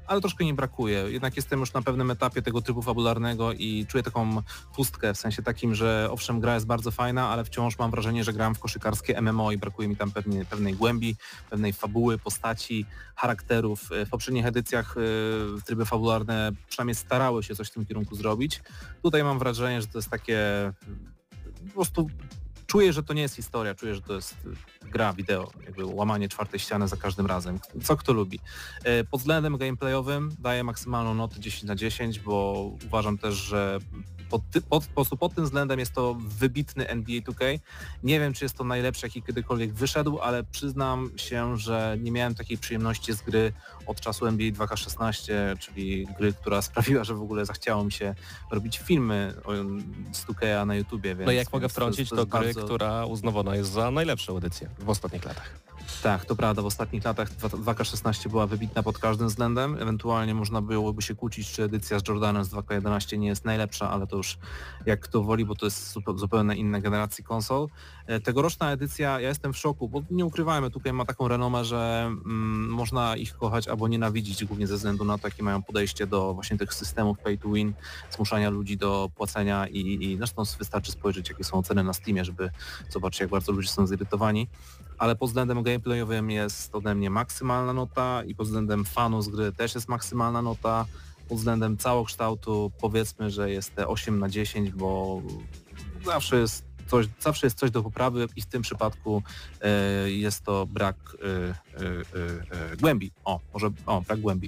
ale troszkę mi brakuje. Jednak jestem już na pewnym etapie tego trybu fabularnego i czuję taką pustkę, w sensie takim, że owszem, gra jest bardzo fajna, ale wciąż mam wrażenie, że gram w koszykarskie MMO i brakuje mi tam pewnej głębi, pewnej fabuły, postaci, charakterów. W poprzednich edycjach tryby fabularne przynajmniej starały się coś w tym kierunku zrobić. Tutaj mam wrażenie, że to jest takie po prostu czuję, że to nie jest historia, czuję, że to jest gra wideo, jakby łamanie czwartej ściany za każdym razem. Co kto lubi. Pod względem gameplayowym daję maksymalną notę 10/10, bo uważam też, że pod tym względem jest to wybitny NBA 2K. Nie wiem, czy jest to najlepszy, jaki kiedykolwiek wyszedł, ale przyznam się, że nie miałem takiej przyjemności z gry od czasu NBA 2K16, czyli gry, która sprawiła, że w ogóle zachciało mi się robić filmy z 2K na YouTubie. Więc, No i jak mogę więc wtrącić, to gry, bardzo... która uznawana jest za najlepszą edycję w ostatnich latach. Tak, to prawda, w ostatnich latach 2K16 była wybitna pod każdym względem, ewentualnie można byłoby się kłócić, czy edycja z Jordanem z 2K11 nie jest najlepsza, ale to już jak kto woli, bo to jest zupełnie inna generacji konsol. Tegoroczna edycja, ja jestem w szoku, bo nie ukrywajmy, tutaj ma taką renomę, że można ich kochać albo nienawidzić, głównie ze względu na to, jakie mają podejście do właśnie tych systemów pay to win, zmuszania ludzi do płacenia i zresztą wystarczy spojrzeć, jakie są oceny na Steamie, żeby zobaczyć, jak bardzo ludzie są zirytowani. Ale pod względem gameplayowym jest ode mnie maksymalna nota i pod względem fanów z gry też jest maksymalna nota. Pod względem całokształtu powiedzmy, że jest te 8/10, bo zawsze jest coś do poprawy i w tym przypadku jest to brak głębi. Brak głębi.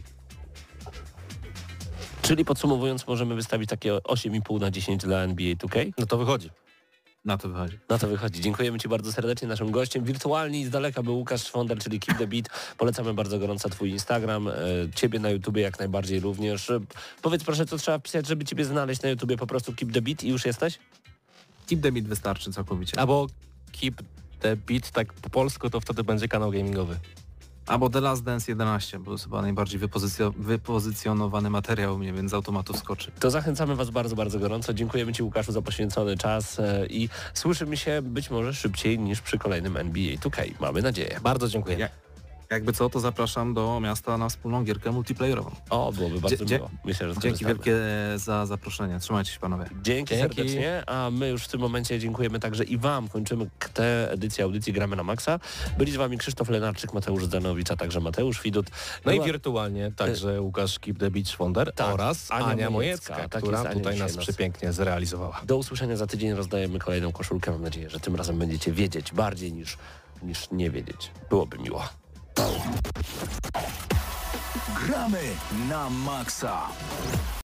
Czyli podsumowując, możemy wystawić takie 8,5/10 dla NBA 2K? No to wychodzi. Na to wychodzi. Na to wychodzi. Dziękujemy Ci bardzo serdecznie. Naszym gościem wirtualnie i z daleka był Łukasz Szwonder, czyli Keep the Beat. Polecamy bardzo gorąco Twój Instagram, Ciebie na YouTubie jak najbardziej również. Powiedz proszę, co trzeba wpisać, żeby Ciebie znaleźć na YouTubie, po prostu Keep the Beat i już jesteś? Keep the Beat wystarczy całkowicie. Albo Keep the Beat, tak po polsku, to wtedy będzie kanał gamingowy. Albo The Last Dance 11, bo to jest chyba najbardziej wypozycjonowany materiał u mnie, więc z automatu wskoczy. To zachęcamy Was bardzo, bardzo gorąco. Dziękujemy Ci, Łukaszu, za poświęcony czas i słyszymy się być może szybciej niż przy kolejnym NBA 2K. Mamy nadzieję. Bardzo dziękuję. Jakby co, to zapraszam do miasta na wspólną gierkę multiplayerową. O, byłoby bardzo miło. Myślę, że dzięki skorzystamy. wielkie za zaproszenie. Trzymajcie się, panowie. Dzięki serdecznie, a my już w tym momencie dziękujemy także i Wam. Kończymy tę edycję audycji Gramy na Maxa. Byli z Wami Krzysztof Lenarczyk, Mateusz Zdanowicz, a także Mateusz Widut. No i wirtualnie także Łukasz Keep the Beat Szwonder oraz Ania Mojecka, tak która jest, Ania tutaj nas dzisiaj przepięknie zrealizowała. Do usłyszenia za tydzień. Rozdajemy kolejną koszulkę. Mam nadzieję, że tym razem będziecie wiedzieć bardziej niż nie wiedzieć. Byłoby miło. Gramy na maksa.